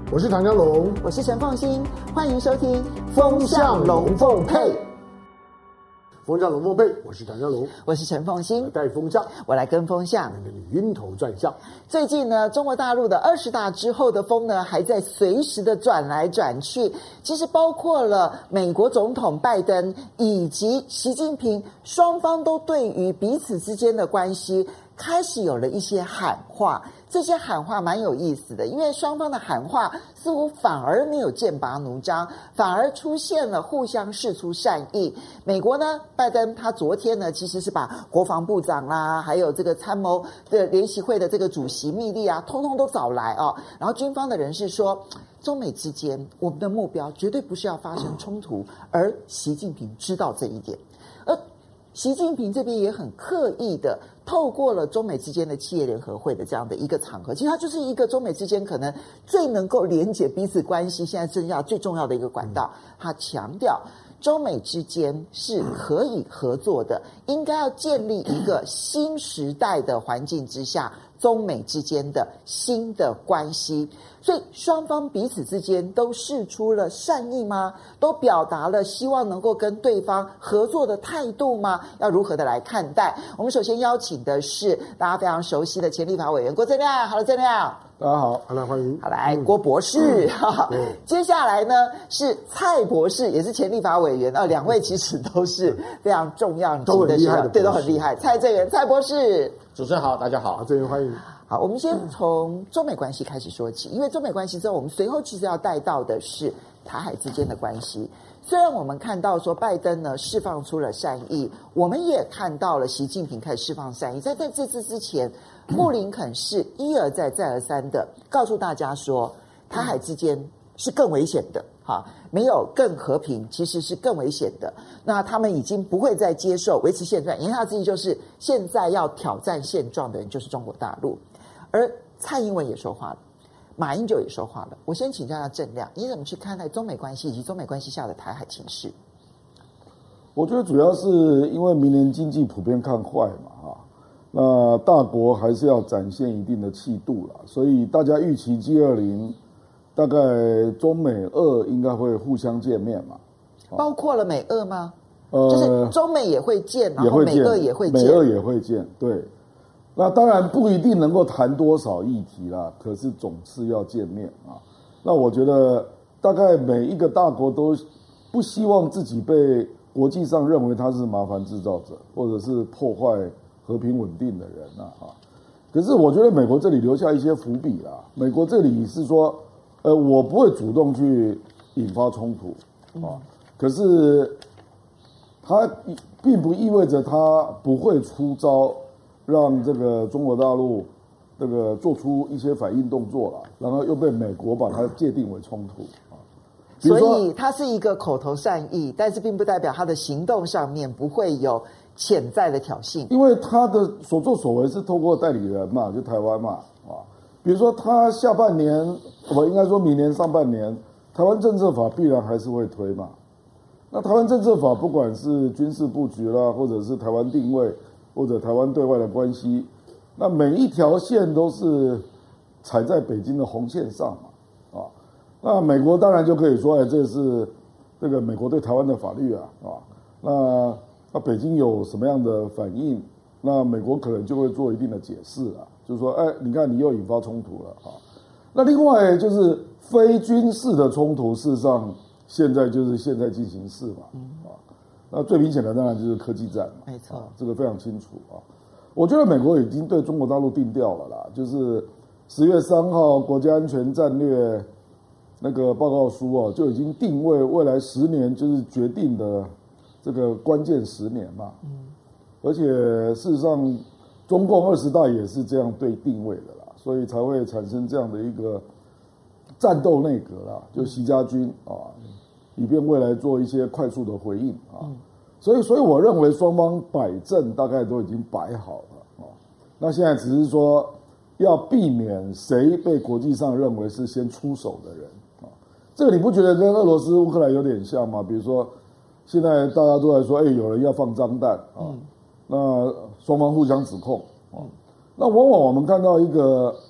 我是唐湘龙， 我是陈凤馨，欢迎收听《 风向龙凤配》。风向龙凤配，我是唐湘龙， 我是陈凤馨， 带风向， 我来跟风向， 跟你晕头转向。 最近呢，中国大陆的20大之后的风呢，还在随时的转来转去。其实包括了美国总统拜登以及习近平，双方都对于彼此之间的关系开始有了一些喊话。这些喊话蛮有意思的，因为双方的喊话似乎反而没有剑拔弩张，反而出现了互相释出善意。美国呢，拜登他昨天呢，其实是把国防部长啦，还有这个参谋的联席会的这个主席密利啊，通通都找来哦。然后军方的人士说，中美之间我们的目标绝对不是要发生冲突，而习近平知道这一点。而习近平这边也很刻意的透过了中美之间的企业联合会的这样的一个场合，其实它就是一个中美之间可能最能够连结彼此关系现在剩下最重要的一个管道。他强调中美之间是可以合作的，应该要建立一个新时代的环境之下中美之间的新的关系。所以双方彼此之间都释出了善意吗？都表达了希望能够跟对方合作的态度吗？要如何的来看待？我们首先邀请的是大家非常熟悉的前立法委员郭正亮。好了，正亮。 大家好，来欢迎。 好，来郭博士。接下来呢是蔡博士，也是前立法委员。两位其实都是非常重要的， 都很厉害的， 对，都很厉害。蔡正元，蔡博士。 主持人好，大家好， 正元欢迎。 好，我们先从中美关系开始说起，因为中美关系之后，我们随后其实要带到的是台海之间的关系。虽然我们看到说拜登呢释放出了善意，我们也看到了习近平开始释放善意，在这次之前，布林肯是一而再再而三的告诉大家说，台海之间是更危险的，没有更和平，其实是更危险的。那他们已经不会再接受维持现状，言下之意就是现在要挑战现状的人就是中国大陆。而蔡英文也说话了，马英九也说话了。我先请教一下正亮，你怎么去看待中美关系以及中美关系下的台海情势？ 我觉得主要是因为明年经济普遍看坏嘛，那大国还是要展现一定的气度啦，所以大家预期 G20 大概中美俄应该会互相见面嘛， 包括了美俄吗？就是中美也会见，然后美俄也会见， 美俄也会见，对。那当然不一定能够谈多少议题啦，可是总是要见面啊。那我觉得大概每一个大国都不希望自己被国际上认为他是麻烦制造者，或者是破坏和平稳定的人啊。可是我觉得美国这里留下一些伏笔啦。美国这里是说，我不会主动去引发冲突啊，可是它并不意味着他不会出招。让这个中国大陆这个做出一些反应动作了，然后又被美国把它界定为冲突啊。 所以它是一个口头善意，但是并不代表他的行动上面不会有潜在的挑衅。 因为他的所作所为是透过代理人嘛，就台湾嘛啊。比如说他下半年，我应该说明年上半年，台湾政策法必然还是会推嘛。那台湾政策法不管是军事布局啦，或者是台湾定位。或者台湾对外的关系，那每一条线都是踩在北京的红线上嘛，那美国当然就可以说，这是这个美国对台湾的法律啊，那北京有什么样的反应，那美国可能就会做一定的解释啊，就是说，你看你又引发冲突了啊。那另外就是非军事的冲突，事实上现在就是现在进行式嘛，那最明显的当然就是科技战嘛， 没错， 这个非常清楚啊。我觉得美国已经对中国大陆定调了啦，就是10月3号国家安全战略那个报告书就已经定位未来10年就是决定的这个关键10年嘛。而且事实上，中共20大也是这样对定位的啦，所以才会产生这样的一个战斗内阁啦，就习家军以便未来做一些快速的回应啊，所以我认为双方摆阵大概都已经摆好了啊。那现在只是说要避免谁被国际上认为是先出手的人啊。这个你不觉得跟俄罗斯乌克兰有点像吗？比如说现在大家都在说，有人要放脏弹啊，那双方互相指控啊。那往往我们看到一个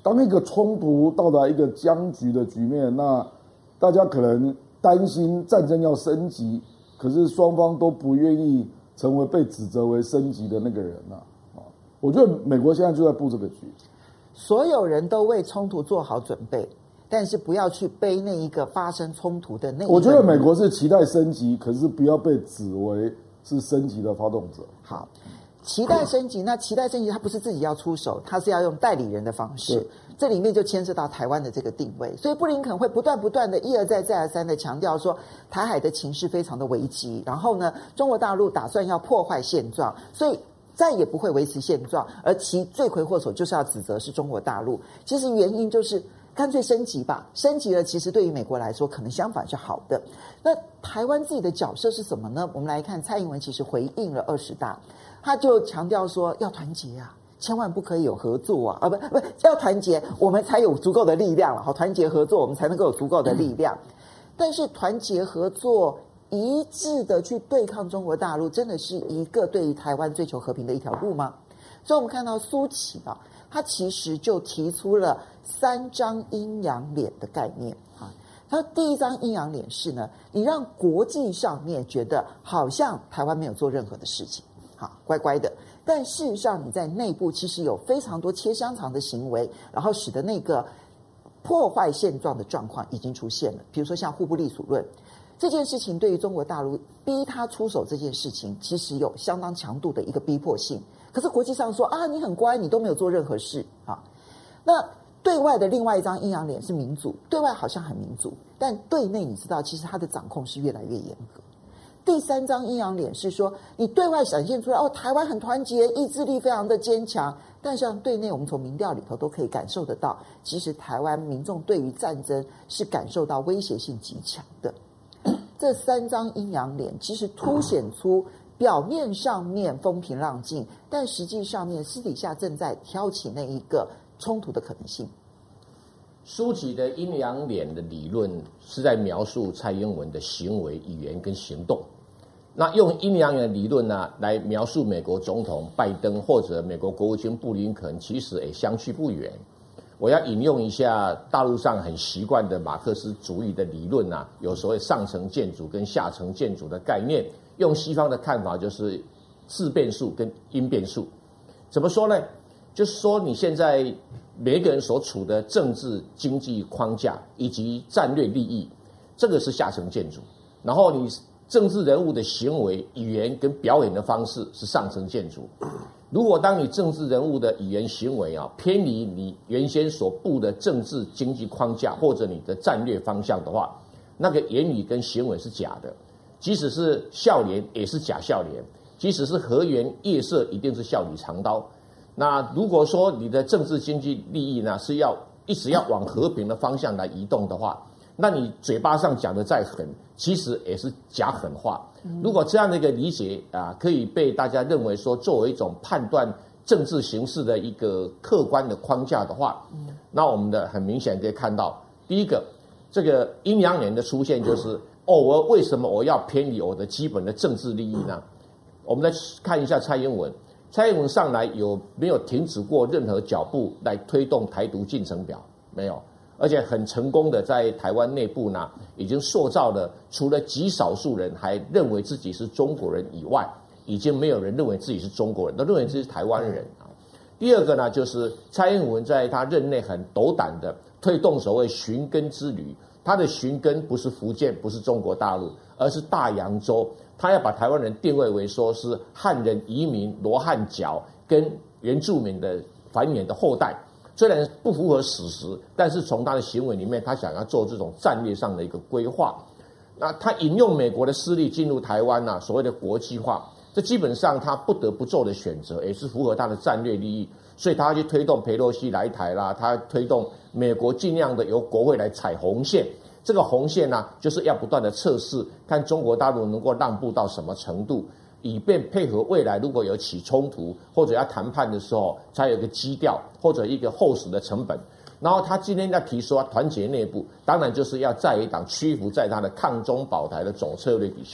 当一个冲突到达一个僵局的局面，那大家可能担心战争要升级，可是双方都不愿意成为被指责为升级的那个人啊。我觉得美国现在就在布这个局， 所有人都为冲突做好准备，但是不要去背那一个发生冲突的那一个。 我觉得美国是期待升级，可是不要被指为是升级的发动者。 好，期待升级，那期待升级，他不是自己要出手，他是要用代理人的方式。这里面就牵涉到台湾的这个定位，所以布林肯会不断的一而再再而三的强调说，台海的情势非常的危急，然后呢，中国大陆打算要破坏现状，所以再也不会维持现状，而其罪魁祸首就是要指责是中国大陆。其实原因就是干脆升级吧，升级了，其实对于美国来说，可能相反是好的。那台湾自己的角色是什么呢？我们来看蔡英文其实回应了20大，他就强调说要团结啊，千万不可以有合作啊，不要团结，我们才有足够的力量了。好，团结合作，我们才能够有足够的力量。但是团结合作一致的去对抗中国大陆，真的是一个对于台湾追求和平的一条路吗？所以我们看到苏起啊，他其实就提出了3张阴阳脸的概念啊。他第一张阴阳脸是呢，你让国际上面觉得好像台湾没有做任何的事情，好乖乖的，但事实上你在内部其实有非常多切香肠的行为，然后使得那个破坏现状的状况已经出现了。比如说像互不隶属论这件事情，对于中国大陆逼他出手这件事情，其实有相当强度的一个逼迫性。可是国际上说啊，你很乖，你都没有做任何事啊。那对外的另外一张阴阳脸是民主，对外好像很民主，但对内你知道，其实它的掌控是越来越严格。第3张阴阳脸是说，你对外展现出来哦，台湾很团结，意志力非常的坚强，但是对内我们从民调里头都可以感受得到，其实台湾民众对于战争是感受到威胁性极强的。这3张阴阳脸其实凸显出表面上面风平浪静，但实际上面私底下正在挑起那一个冲突的可能性。 苏起的阴阳脸的理论是在描述蔡英文的行为、语言跟行动。那用阴阳眼的理论呢，来描述美国总统拜登或者美国国务卿布林肯，其实也相去不远。我要引用一下大陆上很习惯的马克思主义的理论啊，有所谓上层建筑跟下层建筑的概念。用西方的看法就是自变数跟因变数。怎么说呢？就是说你现在每个人所处的政治经济框架以及战略利益，这个是下层建筑。然后你政治人物的行为、语言跟表演的方式是上层建筑。如果当你政治人物的语言行为啊偏离你原先所布的政治经济框架或者你的战略方向的话，那个言语跟行为是假的，即使是笑脸也是假笑脸，即使是和颜悦色一定是笑里藏刀。那如果说你的政治经济利益呢是要一直要往和平的方向来移动的话，那你嘴巴上讲的再狠，其实也是假狠话。如果这样的一个理解啊，可以被大家认为说作为一种判断政治形势的一个客观的框架的话，那我们的很明显可以看到，第一个，这个阴阳人的出现就是我为什么我要偏离我的基本的政治利益呢？我们来看一下蔡英文。蔡英文上来有没有停止过任何脚步来推动台独进程表？没有。而且很成功的在台湾内部呢，已经塑造了除了极少数人还认为自己是中国人以外，已经没有人认为自己是中国人，都认为自己是台湾人啊。第二个呢，就是蔡英文在他任内很斗胆的推动所谓寻根之旅，他的寻根不是福建，不是中国大陆，而是大洋洲。他要把台湾人定位为说是汉人移民罗汉脚跟原住民的繁衍的后代。虽然不符合史实，但是从他的行为里面，他想要做这种战略上的一个规划。那他引用美国的势力进入台湾啊，所谓的国际化，这基本上他不得不做的选择，也是符合他的战略利益。所以他去推动裴洛西来台啦，他推动美国尽量的由国会来踩红线。这个红线呢，就是要不断的测试，看中国大陆能够让步到什么程度。以便配合未来如果有起冲突或者要谈判的时候，才有一个基调或者一个厚实的成本。然后他今天要提出团结内部，当然就是要在一党屈服在他的抗中保台的总策略底下。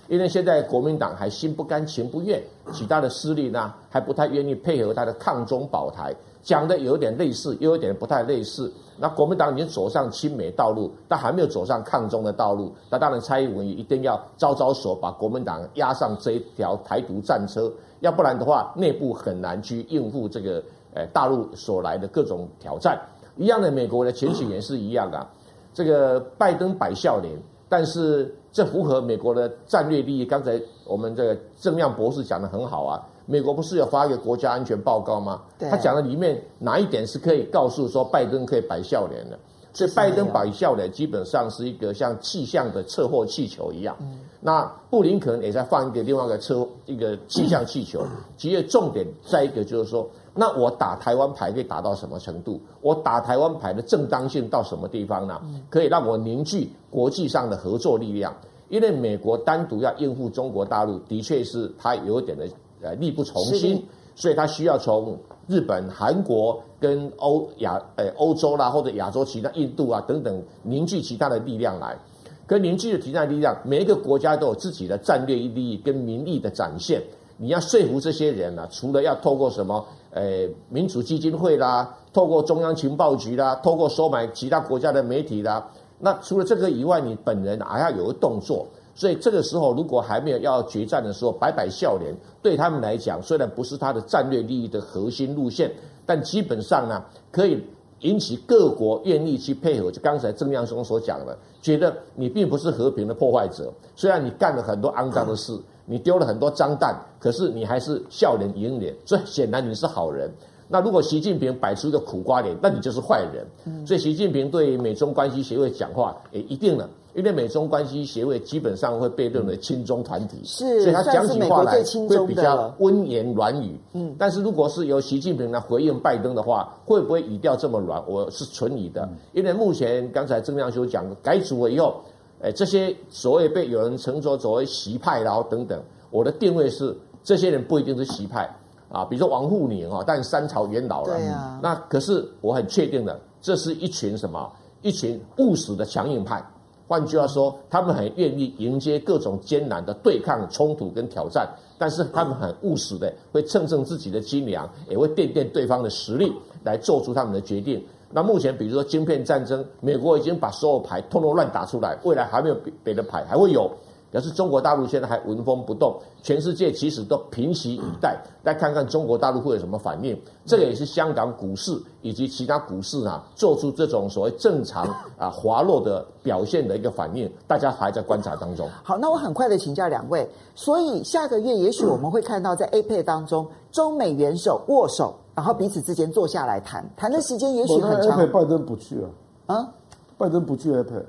因为现在国民党还心不甘情不愿，其他的势力呢还不太愿意配合他的抗中保台，讲的有点类似，又有点不太类似。那国民党已经走上亲美道路，但还没有走上抗中的道路。那当然，蔡英文也一定要招手，把国民党压上这一条台独战车，要不然的话，内部很难去应付这个大陆所来的各种挑战。一样的，美国的前几年是一样的，这个拜登摆笑脸，但是这符合美国的战略利益。刚才我们这个郑亮博士讲得很好啊，美国不是有发一个国家安全报告吗？他讲的里面哪一点是可以告诉说拜登可以摆笑脸的？所以拜登摆笑脸基本上是一个像气象的测货气球一样。那布林肯也在放另外一个气象气球。其实重点在一个就是说，那我打台湾牌可以打到什么程度？我打台湾牌的正当性到什么地方呢？可以让我凝聚国际上的合作力量。因为美国单独要应付中国大陆，的确是它有一点的力不从心，所以它需要从日本、韩国跟欧洲啦，或者亚洲其他印度啊等等凝聚其他的力量来。跟凝聚的其他力量，每一个国家都有自己的战略利益跟民意的展现。你要说服这些人啊，除了要透过什么民主基金会啦，透过中央情报局啦，透过收买其他国家的媒体啦，那除了这个以外，你本人还要有个动作。所以这个时候，如果还没有要决战的时候，摆笑脸，对他们来讲，虽然不是他的战略利益的核心路线，但基本上呢，可以引起各国愿意去配合。就刚才郑亮兄所讲的，觉得你并不是和平的破坏者，虽然你干了很多肮脏的事，你丢了很多脏蛋，可是你还是笑脸迎脸，所以显然你是好人。那如果习近平摆出一个苦瓜脸，那你就是坏人。所以习近平对美中关系协会讲话也一定了，因为美中关系协会基本上会被认为亲中团体， 是， 所以他讲起话来会比较温言软语。但是如果是由习近平来回应拜登的话，会不会语调这么软？我是存疑的。因为目前刚才郑亮兄讲改组了以后，这些所谓被有人称作所谓习派然后等等，我的定位是这些人不一定是习派。比如说王沪宁但三朝元老了。 对啊。 那可是我很确定的，这是一群什么？一群务实的强硬派。换句话说，他们很愿意迎接各种艰难的对抗、冲突跟挑战，但是他们很务实的，会称自己的斤两，也会垫对方的实力，来做出他们的决定。那目前，比如说晶片战争，美国已经把所有牌通通乱打出来，未来还没有别的牌，还会有。可是中国大陆现在还纹风不动，全世界其实都屏息以待，来看看中国大陆会有什么反应。这个也是香港股市以及其他股市做出这种所谓正常滑落的表现的一个反应，大家还在观察当中。 好，那我很快的请教两位，所以下个月也许我们会看到在 APEC 当中，中美元首握手，然后彼此之间坐下来谈的时间也许很长。 APEC 拜登不去拜登不去 APEC。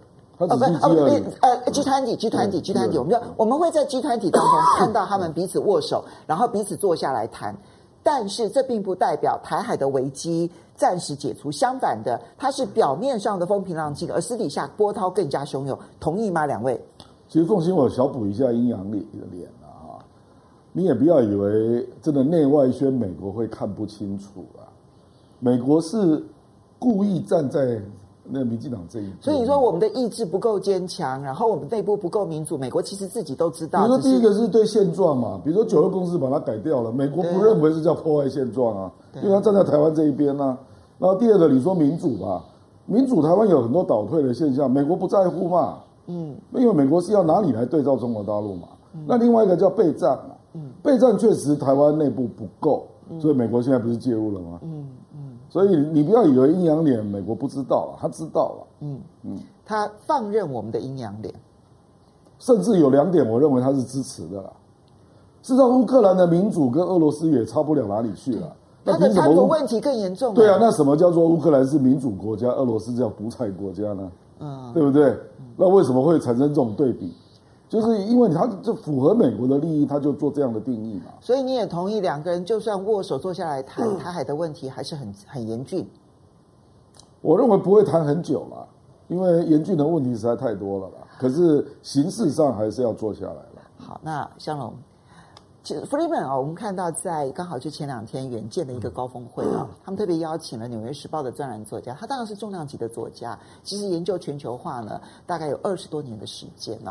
G20，我们会在 G20 当中看到他们彼此握手，然后彼此坐下来谈。但是这并不代表台海的危机暂时解除，相反的，它是表面上的风平浪静，而私底下波涛更加汹涌。同意吗？两位？ 其实凤馨，我小补一下阴阳脸你也不要以为真的内外宣美国会看不清楚美国是故意站在那民进党这一边， 所以你说我们的意志不够坚强，然后我们内部不够民主，美国其实自己都知道。 比如说第一个是对现状嘛，比如说9·2共识把它改掉了，美国不认为是叫破坏现状因为他站在台湾这一边然后第二个你说民主吧，民主台湾有很多倒退的现象，美国不在乎嘛，因为美国是要拿你来对照中国大陆嘛。那另外一个叫备战备战确实台湾内部不够，所以美国现在不是介入了吗？所以你不要以为阴阳脸美国不知道他知道他放任我们的阴阳脸， 甚至有2点，我认为他是支持的事实上，乌克兰的民主跟俄罗斯也差不了哪里去了。 他的贪腐问题更严重。 对那什么叫做乌克兰是民主国家，俄罗斯叫独裁国家呢？对不对？那为什么会产生这种对比？就是因为他就符合美国的利益，他就做这样的定义嘛。 所以你也同意两个人就算握手坐下来谈台海的问题，还是很严峻。 我认为不会谈很久了，因为严峻的问题实在太多了可是形式上还是要做下来了。 好，那香龙，其实 Freeman 我们看到在刚好就前2天远见的一个高峰会他们特别邀请了《纽约时报》的专栏作家，他当然是重量级的作家，其实研究全球化呢，大概有20多年的时间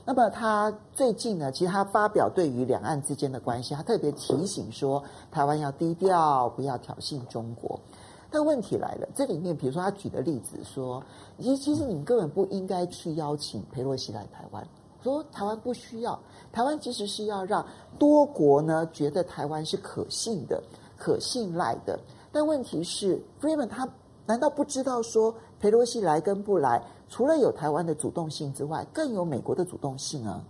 那么他最近呢，其实他发表对于两岸之间的关系，他特别提醒说，台湾要低调，不要挑衅中国。但问题来了，这里面比如说他举的例子说，其实你们根本不应该去邀请裴洛西来台湾，说台湾不需要，台湾其实是要让多国呢觉得台湾是可信的、可信赖的。但问题是 ，Freeman 他难道不知道说裴洛西来跟不来，除了有台湾的主动性之外，更有美国的主动性啊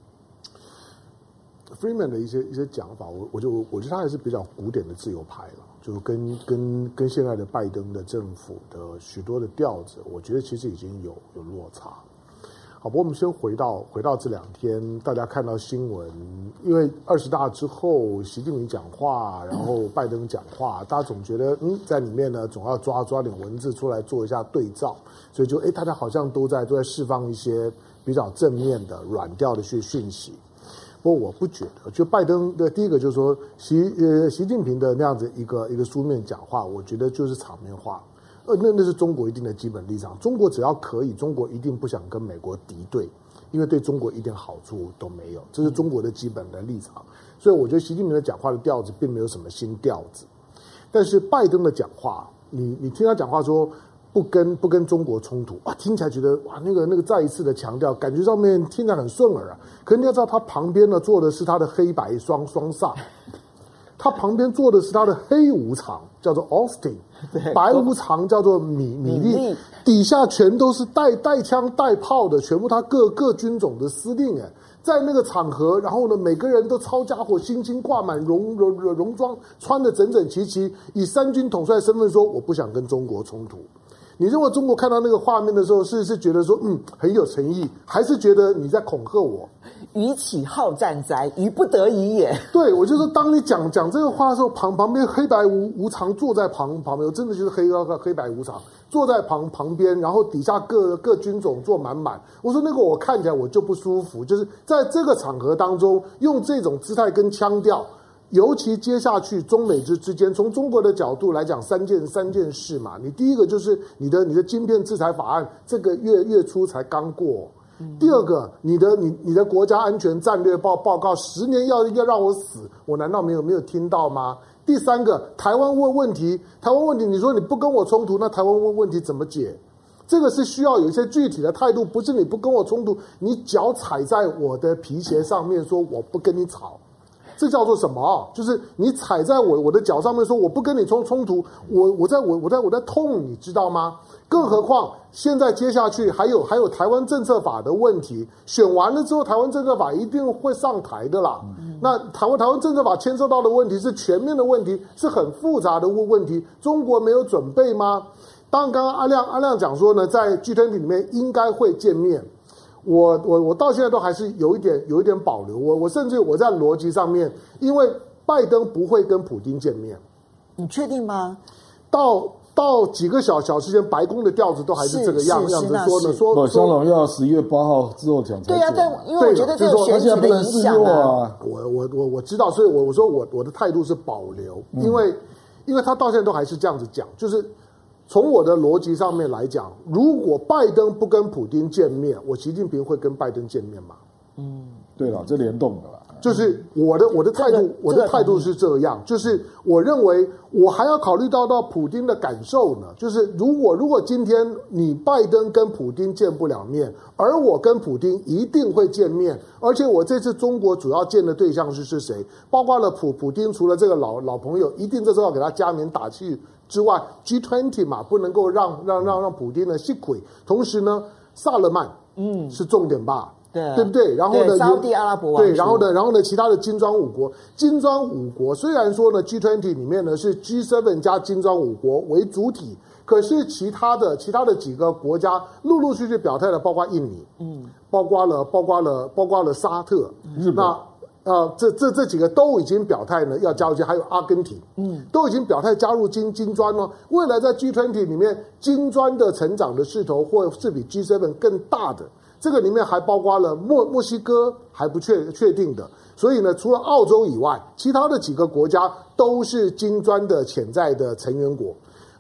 ？Freeman 的一些讲法，我觉得他还是比较古典的自由派了，就跟现在的拜登的政府的许多的调子，我觉得其实已经有落差。好，不过我们先回到这2天，大家看到新闻，因为20大之后，习近平讲话，然后拜登讲话，大家总觉得在里面呢，总要抓点文字出来做一下对照，所以就大家好像都在释放一些比较正面的软调的讯息。不过我不觉得，就拜登的第一个就是说习近平的那样子一个书面讲话，我觉得就是场面话。那是中国一定的基本立场。中国只要可以，中国一定不想跟美国敌对，因为对中国一点好处都没有，这是中国的基本的立场。所以我觉得习近平的讲话的调子并没有什么新调子。但是拜登的讲话，你听他讲话说不跟中国冲突，哇，听起来觉得哇，那个再一次的强调，感觉上面听起来很顺耳啊。可是你要知道，他旁边呢坐的是他的黑白双煞。他旁边坐的是他的黑无常，叫做 Austin， 白无常叫做米利，底下全都是带枪带炮的，全部他各军种的司令哎，在那个场合，然后呢，每个人都抄家伙，心心挂满戎装，穿得整整齐齐，以三军统帅身份说，我不想跟中国冲突。你认为中国看到那个画面的时候，是觉得说很有诚意，还是觉得你在恐吓我？ 予岂好战哉，于不得已也。对， 我就说，当你讲这个话的时候，旁边黑白无常坐在旁边，我真的就是黑白无常坐在旁边，然后底下各军种坐满。我说那个我看起来我就不舒服，就是在这个场合当中用这种姿态跟腔调。尤其接下去中美之间，从中国的角度来讲，三件事嘛。你第一个就是你的晶片制裁法案，这个月初才刚过。第二个，你的国家安全战略报告10年要让我死，我难道没有听到吗？第三个，台湾问题，你说你不跟我冲突，那台湾问题怎么解？这个是需要有一些具体的态度，不是你不跟我冲突，你脚踩在我的皮鞋上面说我不跟你吵。这叫做什么？就是你踩在我的脚上面说我不跟你冲突，我在痛，你知道吗？更何况现在接下去还有台湾政策法的问题，选完了之后台湾政策法一定会上台的啦。那台湾政策法牵涉到的问题是全面的问题，是很复杂的问题，中国没有准备吗？当然，刚刚阿亮讲说呢，在 G20 里面应该会见面。我到现在都还是有一点保留。我甚至我在逻辑上面，因为拜登不会跟普丁见面， 你确定吗？ 到几个小时前，白宫的调子都还是这个样子说呢，说香港要11月8号之后讲才对啊，但因为我觉得这个选举的影响啊， 我知道，所以我说我的态度是保留，因为他到现在都还是这样子讲，就是。从我的逻辑上面来讲，如果拜登不跟普丁见面，我习近平会跟拜登见面吗？ 对了，这联动的啦。 就是我的态度是这样，就是我认为我还要考虑到普丁的感受呢。就是如果今天你拜登跟普丁见不了面，而我跟普丁一定会见面，而且我这次中国主要见的对象是谁？包括了普丁，除了这个老朋友，一定这时候要给他加冕打气之外 ，G20 嘛，不能够让普丁呢吸亏。同时呢，萨勒曼是重点吧。对不对？然后呢， 沙特阿拉伯王对，然后呢，其他的金砖五国虽然说呢 ，G20 里面呢是 G7 加金砖五国为主体，可是其他的几个国家陆续表态了，包括印尼，包括了沙特， 日本。 那这几个都已经表态呢，要加入进，还有阿根廷，都已经表态加入金砖了。未来在 G20 里面，金砖的成长的势头或是比 G7 更大的。这个里面还包括了墨西哥还不确定的，所以呢，除了澳洲以外，其他的几个国家都是金砖的潜在的成员国。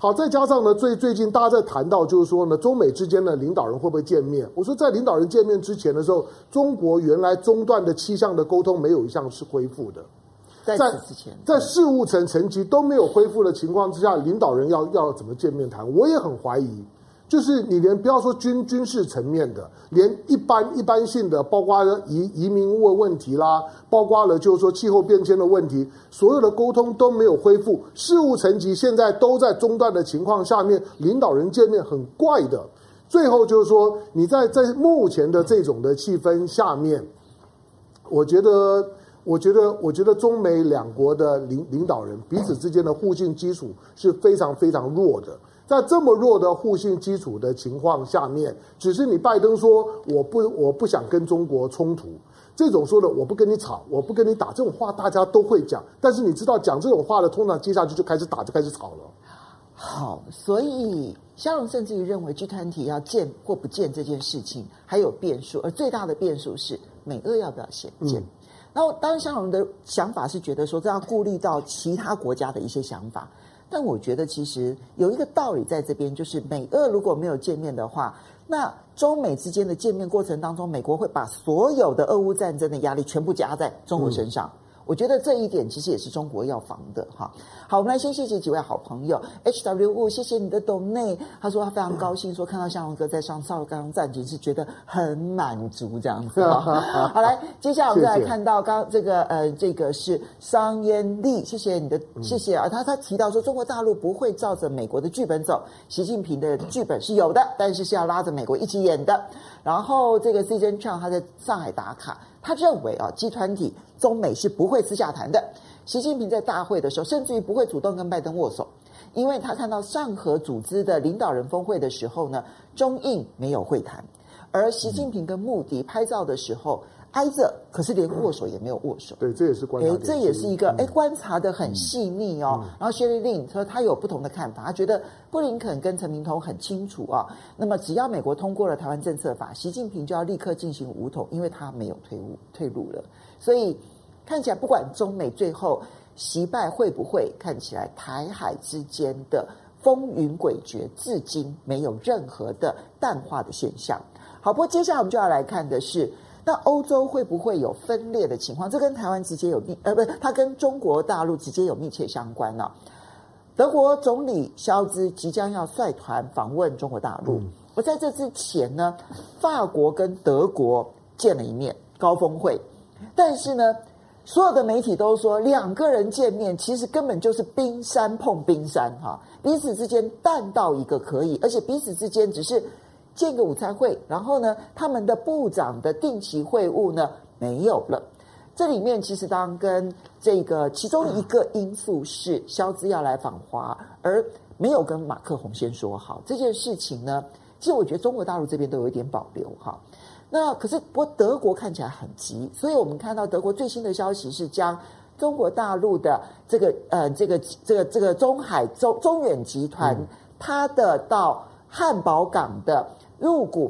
好，再加上呢，最近大家在谈到就是说呢，中美之间的领导人会不会见面？我说在领导人见面之前的时候，中国原来中断的7项的沟通没有一项是恢复的。 在此之前， 在事务层级都没有恢复的情况之下，领导人要怎么见面谈？我也很怀疑。就是你连不要说军事层面的，连一般性的，包括移民问题啦，包括了就是说气候变迁的问题，所有的沟通都没有恢复，事务层级现在都在中断的情况下面，领导人见面很怪的。最后就是说，你在目前的这种的气氛下面，我觉得中美两国的领导人彼此之间的互信基础是非常非常弱的。在这么弱的互信基础的情况下面，只是你拜登说我不想跟中国冲突，这种说的我不跟你吵，我不跟你打，这种话大家都会讲，但是你知道讲这种话的，通常接下去就开始打，就开始吵了。 好，所以萧荣甚至于认为G20要见或不见这件事情还有变数，而最大的变数是美俄要不要先见。然后当然萧荣的想法是觉得说这要顾虑到其他国家的一些想法，但我觉得其实有一个道理在这边，就是美俄如果没有见面的话，那中美之间的见面过程当中，美国会把所有的俄乌战争的压力全部加在中国身上。我觉得这一点其实也是中国要防的哈。好，我们来先谢谢几位好朋友 HW， 谢谢你的donate。他说他非常高兴，说看到向荣哥在上少刚战情是觉得很满足这样子。好，来，接下来我们再来看到刚这个是商燕丽，谢谢你的谢谢啊。他提到说中国大陆不会照着美国的剧本走，习近平的剧本是有的，但是要拉着美国一起演的。然后这个 CJ Chang 他在上海打卡，他认为啊，G20中美是不会私下谈的。习近平在大会的时候，甚至于不会主动跟拜登握手，因为他看到上合组织的领导人峰会的时候呢，中印没有会谈，而习近平跟穆迪拍照的时候挨着，可是连握手也没有握手。 对，这也是观察点。 这也是一个观察的很细腻哦。然后薛立令说他有不同的看法，他觉得布林肯跟陈明通很清楚啊。那么只要美国通过了台湾政策法，习近平就要立刻进行武统，因为他没有退路了。所以看起来不管中美最后习败会不会，看起来台海之间的风云诡谲至今没有任何的淡化的现象。好，不过接下来我们就要来看的是，那欧洲会不会有分裂的情况？这跟台湾直接有它跟中国大陆直接有密切相关啊。德国总理肖兹即将要率团访问中国大陆，而在这之前呢，法国跟德国见了一面高峰会，但是呢，所有的媒体都说两个人见面其实根本就是冰山碰冰山哈，彼此之间淡到一个可以，而且彼此之间只是见个午餐会，然后呢，他们的部长的定期会晤呢没有了。这里面其实当然跟这个其中一个因素是肖兹要来访华，而没有跟马克宏先说好这件事情呢，其实我觉得中国大陆这边都有一点保留哈。那可是不过德国看起来很急，所以我们看到德国最新的消息是将中国大陆的这个中远集团，它的到汉堡港的入股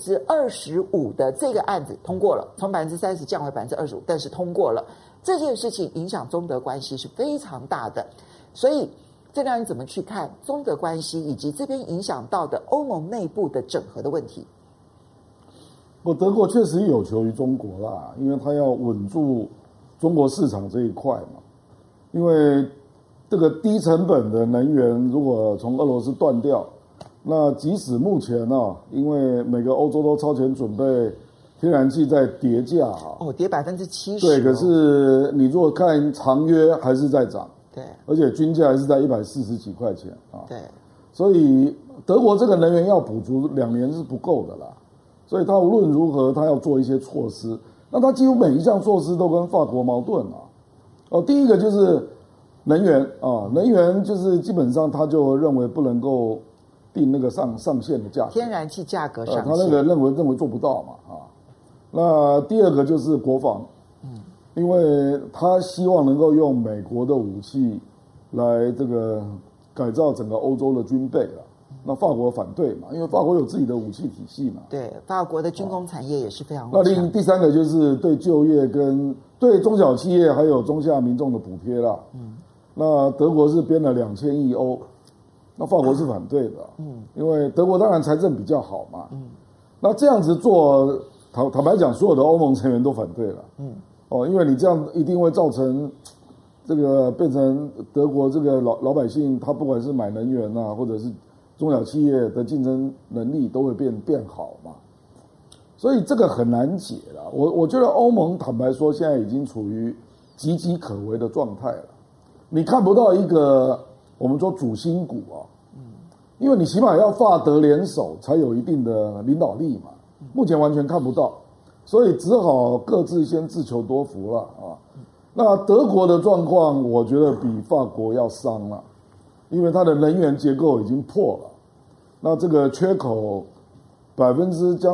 25%的这个案子通过了，从30%降回25%，但是通过了。这件事情影响中德关系是非常大的，所以这让你怎么去看中德关系，以及这边影响到的欧盟内部的整合的问题？ 德国确实有求于中国啦，因为它要稳住中国市场这一块嘛。因为这个低成本的能源如果从俄罗斯断掉，那即使目前啊，因为每个欧洲都超前准备天然气在跌价啊， 跌70%。 对，可是你如果看长约还是在涨， 对， 而且均价还是在140几块钱啊， 对， 所以德国这个能源要补足2年是不够的啦。所以他无论如何，他要做一些措施。那他几乎每一项措施都跟法国矛盾啊。第一个就是能源啊，能源就是基本上他就认为不能够定那个上限的价格， 天然气价格上限， 他那个认为做不到嘛啊。那第二个就是国防，因为他希望能够用美国的武器来这个改造整个欧洲的军备了。那法国反对嘛，因为法国有自己的武器体系嘛。 对，法国的军工产业也是非常强。 那第三个就是对就业跟对中小企业还有中下民众的补贴啦。那德国是编了2000亿欧， 那法国是反对的，因为德国当然财政比较好嘛，那这样子做，坦白讲，所有的欧盟成员都反对了，因为你这样一定会造成这个变成德国这个老百姓，他不管是买能源啊，或者是中小企业的竞争能力都会变好嘛，所以这个很难解了。我觉得欧盟坦白说，现在已经处于岌岌可危的状态了，你看不到一个。我们说主心骨啊，因为你起码要法德联手才有一定的领导力嘛，目前完全看不到，所以只好各自先自求多福了啊。那德国的状况，我觉得比法国要伤了，因为它的能源结构已经破了，那这个缺口大概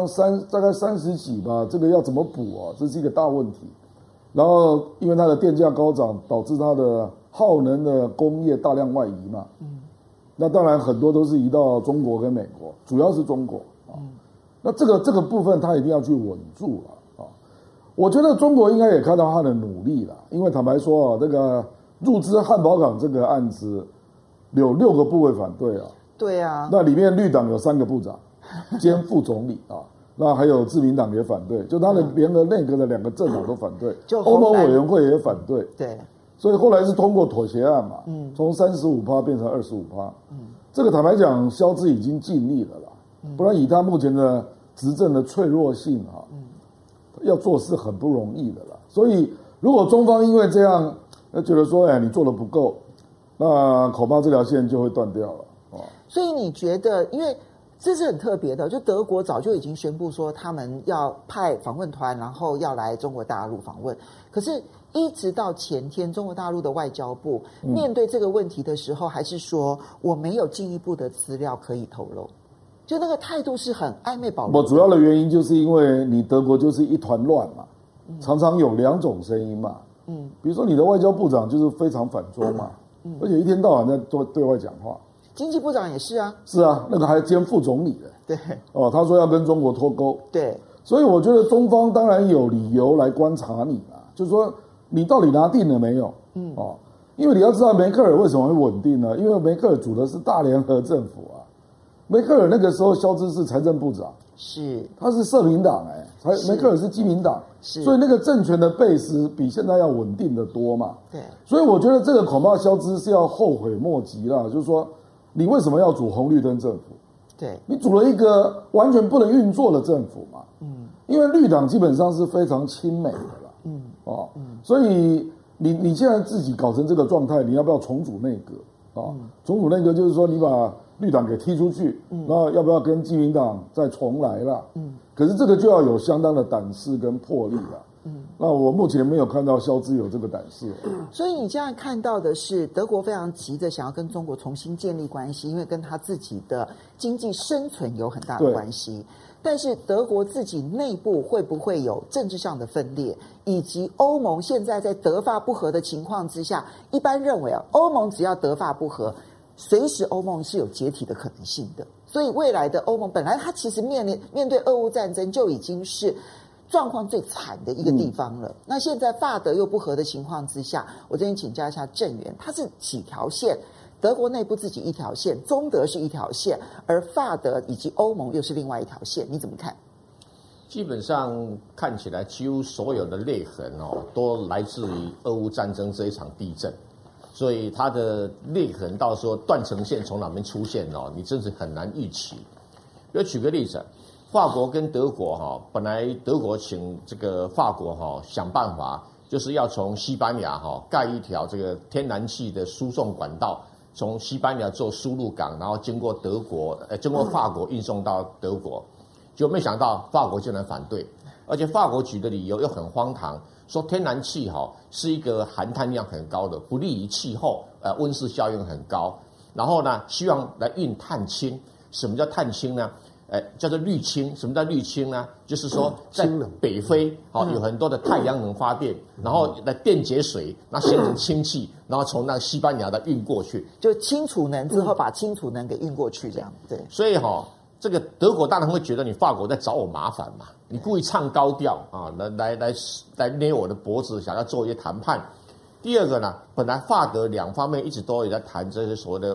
30几吧，这个要怎么补啊？这是一个大问题。然后因为它的电价高涨，导致它的耗能的工业大量外移嘛，那当然很多都是移到中国跟美国，主要是中国啊。那这个部分它一定要去稳住了啊。我觉得中国应该也看到它的努力了，因为坦白说啊，这个入资汉堡港这个案子有6个部会反对啊， 对啊， 那里面绿党有3个部长兼副总理啊。那还有自民党也反对，就他的联合内阁的2个政党都反对，欧盟委员会也反对， 对， 所以后来是通过妥协案嘛，从35%变成25%，这个坦白讲，肖兹已经尽力了啦，不然以他目前的执政的脆弱性啊，要做事很不容易的啦。所以如果中方因为这样，觉得说，你做的不够，那恐怕这条线就会断掉了啊。 所以你觉得，因为这是很特别的，就德国早就已经宣布说他们要派访问团，然后要来中国大陆访问。可是，一直到前天，中国大陆的外交部面对这个问题的时候，还是说我没有进一步的资料可以透露，就那个态度是很暧昧保留的。 我主要的原因就是因为你德国就是一团乱嘛，常常有2种声音嘛，比如说你的外交部长就是非常反中嘛，而且一天到晚在对外讲话。 经济部长也是啊， 是啊，那个还兼副总理的， 对， 他说要跟中国脱钩， 对， 所以我觉得中方当然有理由来观察你啊，就是说你到底拿定了没有？因为你要知道梅克尔为什么会稳定呢？因为梅克尔组的是大联合政府啊，梅克尔那个时候肖兹是财政部长， 是， 他是社民党梅克尔是基民党，所以那个政权的base比现在要稳定的多嘛， 对， 所以我觉得这个恐怕肖兹是要后悔莫及啦，就是说。你为什么要组红绿灯政府？ 对， 你组了一个完全不能运作的政府嘛？因为绿党基本上是非常亲美的啦，所以你现在自己搞成这个状态，你要不要重组内阁啊？重组内阁就是说你把绿党给踢出去，那要不要跟基民党再重来啦？可是这个就要有相当的胆识跟魄力了。那我目前没有看到肖兹有这个胆识。 所以你现在看到的是德国非常急着想要跟中国重新建立关系，因为跟他自己的经济生存有很大的关系。但是德国自己内部会不会有政治上的分裂，以及欧盟现在在德法不合的情况之下，一般认为欧盟只要德法不合，随时欧盟是有解体的可能性的。所以未来的欧盟本来它其实面对俄乌战争就已经是状况最惨的一个地方了。那现在法德又不合的情况之下，我这边请教一下郑源，它是几条线？德国内部自己一条线，中德是一条线，而法德以及欧盟又是另外一条线，你怎么看？ 基本上看起来，几乎所有的裂痕都来自于俄乌战争这一场地震，所以它的裂痕到时候断层线从哪边出现你真是很难预期。比如举个例子。法国跟德国本来德国请这个法国想办法，就是要从西班牙盖一条这个天然气的输送管道，从西班牙做输入港，然后经过法国运送到德国，结果没想到法国竟然反对，而且法国举的理由又很荒唐，说天然气是一个含碳量很高的，不利于气候，温室效应很高，然后呢希望来运碳氢。什么叫碳氢呢？叫做绿氢。什么叫绿氢呢？就是说在北非有很多的太阳能发电，然后来电解水，然后形成氢气，然后从那个西班牙的运过去， 就氢储能之后把氢储能给运过去，这样对。 所以这个德国当然会觉得你法国在找我麻烦嘛，你故意唱高调啊，来捏我的脖子，想要做一些谈判。第二个呢，本来法德两方面一直都有在谈这些所谓的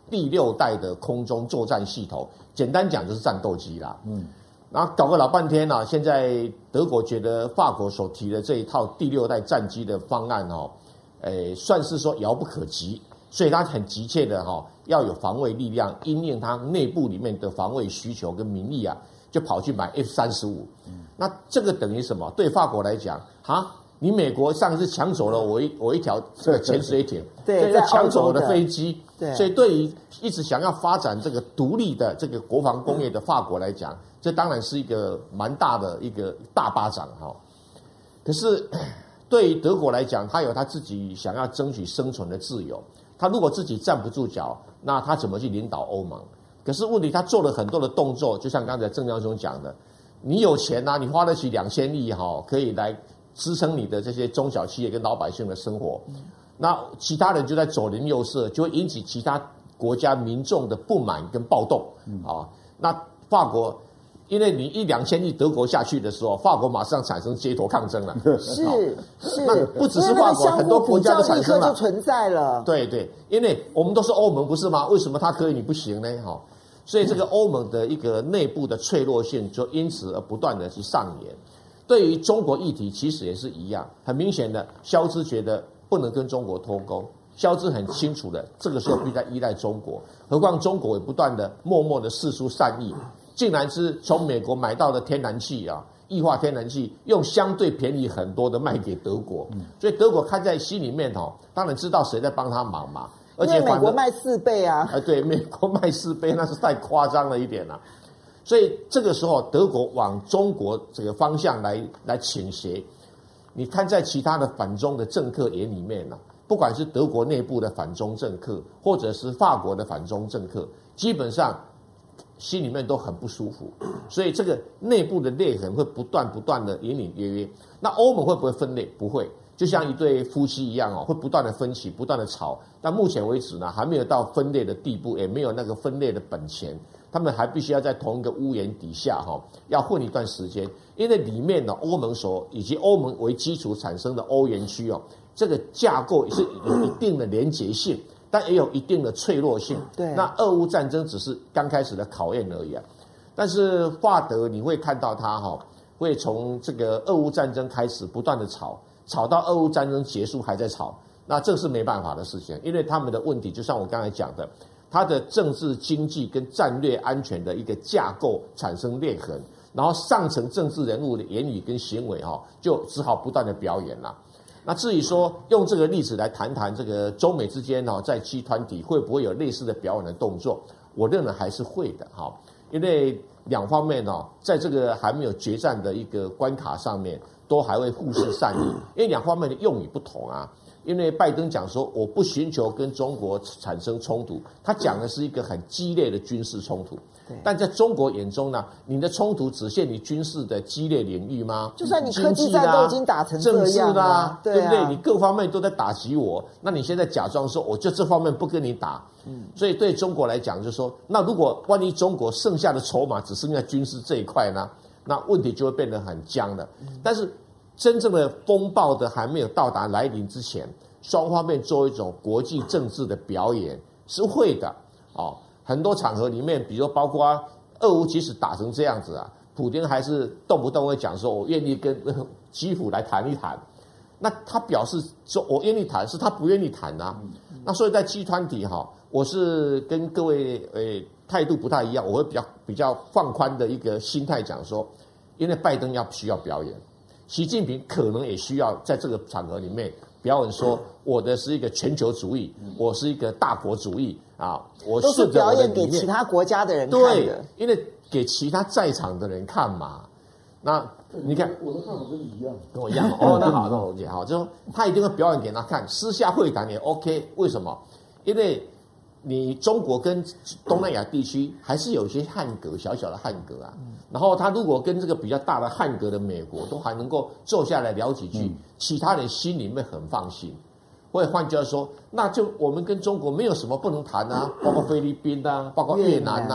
第6代的空中作战系统，简单讲就是战斗机啦。然后搞个老半天现在德国觉得法国所提的这一套第6代战机的方案算是说遥不可及，所以他很急切的要有防卫力量，因应他内部里面的防卫需求跟民意就跑去买 F-35。那这个等于什么？对法国来讲，你美国上一次抢走了我一条潜水艇， 对， 所以要抢走我的飞机， 对， 所以对于一直想要发展这个独立的这个国防工业的法国来讲，这当然是一个蛮大的一个大巴掌可是对于德国来讲，他有他自己想要争取生存的自由，他如果自己站不住脚，那他怎么去领导欧盟？可是问题他做了很多的动作，就像刚才郑教授讲的，你有钱你花得起2000亿可以来支撑你的这些中小企业跟老百姓的生活，那其他人就在左邻右舍，就会引起其他国家民众的不满跟暴动那法国，因为你1-2000亿德国下去的时候，法国马上产生街头抗争了。 是， 那不只是法国，很多国家都产生了， 就存在了。 对，因为我们都是欧盟，不是吗？为什么它可以你不行呢？所以这个欧盟的一个内部的脆弱性，就因此而不断的去上演。对于中国议题，其实也是一样。很明显的，肖兹觉得不能跟中国脱钩，肖兹很清楚的，这个时候必须依赖中国。何况中国也不断的默默的释出善意，竟然是从美国买到的天然气液化天然气，用相对便宜很多的卖给德国。所以德国看在心里面当然知道谁在帮他忙嘛。而且美国卖4倍对，美国卖4倍，那是太夸张了一点了。所以这个时候，德国往中国这个方向来倾斜。你看，在其他的反中的政客眼里面不管是德国内部的反中政客，或者是法国的反中政客，基本上心里面都很不舒服。所以这个内部的裂痕会不断的隐隐约约。那欧盟会不会分裂？不会。就像一对夫妻一样会不断的分歧，不断的吵。但目前为止还没有到分裂的地步，也没有那个分裂的本钱。他们还必须要在同一个屋檐底下要混一段时间，因为里面欧盟以及欧盟为基础产生的欧元区这个架构是有一定的连结性，但也有一定的脆弱性。 对， 那俄乌战争只是刚开始的考验而已但是法德你会看到它会从这个俄乌战争开始不断的吵到俄乌战争结束还在吵，那这是没办法的事情，因为他们的问题就像我刚才讲的，它的政治经济跟战略安全的一个架构产生裂痕，然后上层政治人物的言语跟行为就只好不断的表演了。那至于说用这个例子来谈谈这个中美之间在集团体会不会有类似的表演的动作，我认为还是会的因为两方面在这个还没有决战的一个关卡上面都还会互施善意，因为两方面的用语不同因为拜登讲说我不寻求跟中国产生冲突，他讲的是一个很激烈的军事冲突，但在中国眼中你的冲突只限于军事的激烈领域吗？ 就算你科技战都已经打成这样政治啦， 对不对？你各方面都在打击我，那你现在假装说我就这方面不跟你打，所以对中国来讲就是说，那如果万一中国剩下的筹码只剩下军事这一块呢，那问题就会变得很僵了。但是真正的风暴的还没有到达来临之前，双方面做一种国际政治的表演是会的很多场合里面，比如包括俄乌即使打成这样子普丁还是动不动会讲说我愿意跟基辅来谈一谈，那他表示说我愿意谈，是他不愿意谈那所以在集团体我是跟各位态度不太一样，我会比较放宽的一个心态讲说，因为拜登需要表演，习近平可能也需要在这个场合里面表演说我的是一个全球主义，我是一个大国主义我都是表演给其他国家的人看的。 对，因为给其他在场的人看嘛。那你看， 我的看法跟你一样， 跟我一样那好，那 OK 就说他一定会表演给他看，私下会谈也 OK。为什么？因为你中国跟东南亚地区还是有一些汉格，小小的汉格然后他如果跟这个比较大的汉格的美国都还能够坐下来聊几句，其他人心里面很放心。或者换句话说，那就我们跟中国没有什么不能谈包括菲律宾包括越南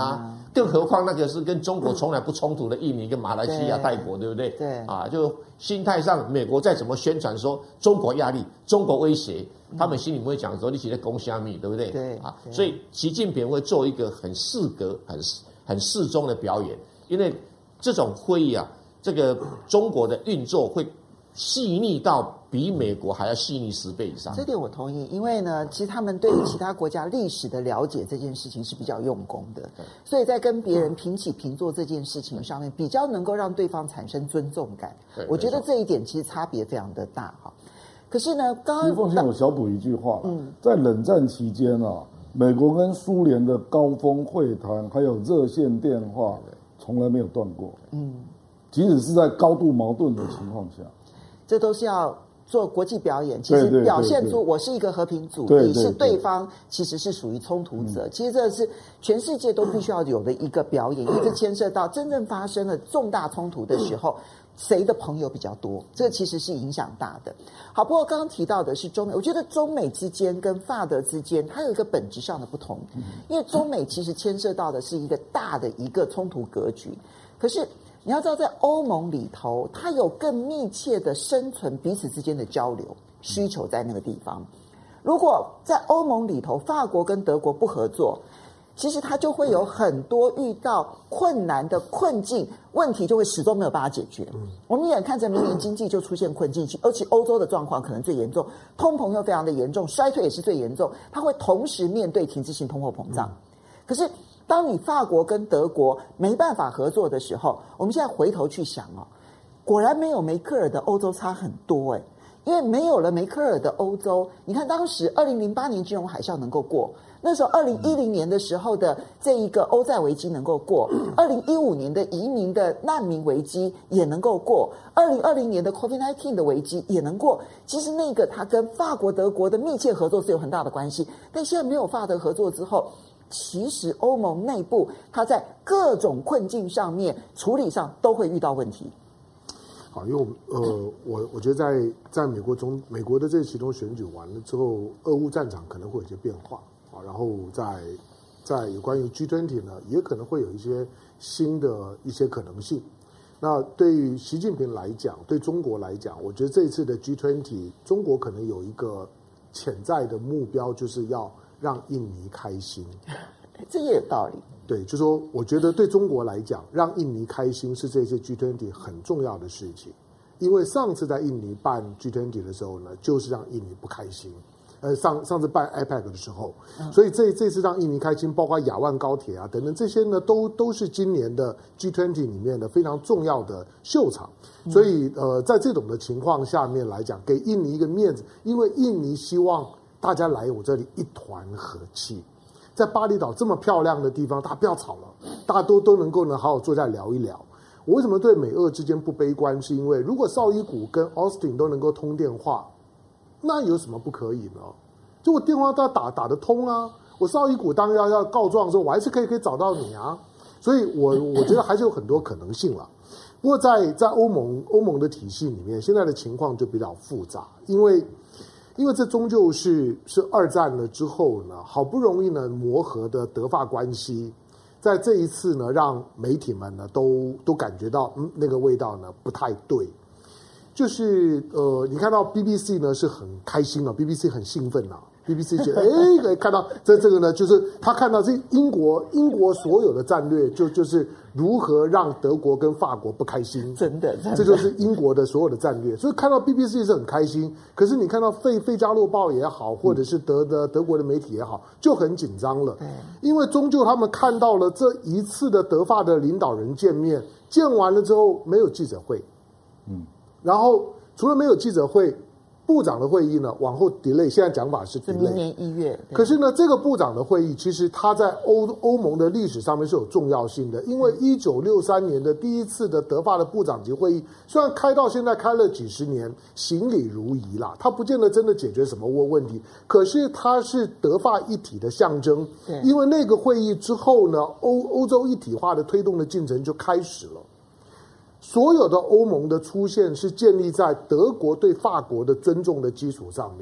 更何况那个是跟中国从来不冲突的印尼跟马来西亚泰国，对不对？ 对啊，就心态上，美国再怎么宣传说中国压力、中国威胁，他们心里会讲说你是在攻虾米，对不对？ 对啊，所以习近平会做一个很适格、很适中的表演，因为这种会议啊，这个中国的运作会细腻到比美国还要细腻10倍以上。 这点我同意，因为呢，其实他们对于其他国家历史的了解这件事情是比较用功的，所以在跟别人平起平坐这件事情上面，比较能够让对方产生尊重感。我觉得这一点其实差别非常的大哈。可是呢，刚刚其实奉献我小补一句话，在冷战期间啊，美国跟苏联的高峰会谈还有热线电话从来没有断过，即使是在高度矛盾的情况下。 这都是要做国际表演，其实表现出我是一个和平主义，是对方其实是属于冲突者。其实这是全世界都必须要有的一个表演，因为这牵涉到真正发生了重大冲突的时候，谁的朋友比较多，这其实是影响大的。好，不过刚刚提到的是中美，我觉得中美之间跟法德之间，它有一个本质上的不同，因为中美其实牵涉到的是一个大的一个冲突格局，可是你要知道，在欧盟里头，它有更密切的生存彼此之间的交流需求在那个地方。如果在欧盟里头，法国跟德国不合作，其实它就会有很多遇到困难的困境，问题就会始终没有办法解决。我们眼看着明年经济就出现困境，而且欧洲的状况可能最严重，通膨又非常的严重，衰退也是最严重，它会同时面对停滞性通货膨胀。可是当你法国跟德国没办法合作的时候，我们现在回头去想哦，果然没有梅克尔的欧洲差很多哎，因为没有了梅克尔的欧洲，你看当时2008年金融海啸能够过，那时候2010年的时候的这一个欧债危机能够过，2015年的移民的难民危机也能够过，2020年的 COVID-19 的危机也能过。其实那个它跟法国、德国的密切合作是有很大的关系，但现在没有法德合作之后，其实欧盟内部它在各种困境上面处理上都会遇到问题。 好，因为我觉得在美国的这个其中选举完了之后，俄乌战场可能会有一些变化啊，然后在有关于 G20 呢，也可能会有一些新的一些可能性。那对于习近平来讲，对中国来讲，我觉得这一次的 G20， 中国可能有一个潜在的目标，就是要让印尼开心。 这也有道理。 对，就说我觉得对中国来讲，让印尼开心是这次 G20 很重要的事情。因为上次在印尼办 G20 的时候呢，就是让印尼不开心。上次办 IPAC 的时候，所以这次让印尼开心，包括亚万高铁啊等等这些呢，都是今年的 G20 里面的非常重要的秀场。所以在这种的情况下面来讲，给印尼一个面子，因为印尼希望大家来我这里一团和气。在巴厘岛这么漂亮的地方，大家不要吵了，大家都能够呢好好坐下来聊一聊。我为什么对美俄之间不悲观？是因为如果绍伊古跟 Austin 都能够通电话，那有什么不可以呢？就我电话都要打得通啊！我绍伊古当要告状的时候，我还是可以找到你啊！所以我觉得还是有很多可能性了。不过在欧盟的体系里面，现在的情况就比较复杂，因为这终究是二战了之后呢，好不容易呢磨合的德法关系，在这一次呢，让媒体们呢都感觉到那个味道呢不太对。就是你看到 BBC 呢是很开心啊 ，BBC 很兴奋啊 ，BBC 觉得看到这个呢，就是他看到这英国所有的战略就是如何让德国跟法国不开心， 真的， 这就是英国的所有的战略。所以看到 BBC 是很开心，可是你看到费加洛报也好，或者是德国的媒体也好，就很紧张了，因为终究他们看到了这一次的德法的领导人见面，见完了之后没有记者会，然后除了没有记者会，部长的会议呢往后 delay， 现在讲法是 delay， 明年1月。 可是呢，这个部长的会议其实它在欧盟的历史上面是有重要性的，因为1963年的第一次的德法的部长级会议，虽然开到现在开了几十年，行礼如仪啦，它不见得真的解决什么问题，可是它是德法一体的象征。因为那个会议之后呢，欧洲一体化的推动的进程就开始了。所有的欧盟的出现是建立在德国对法国的尊重的基础上面，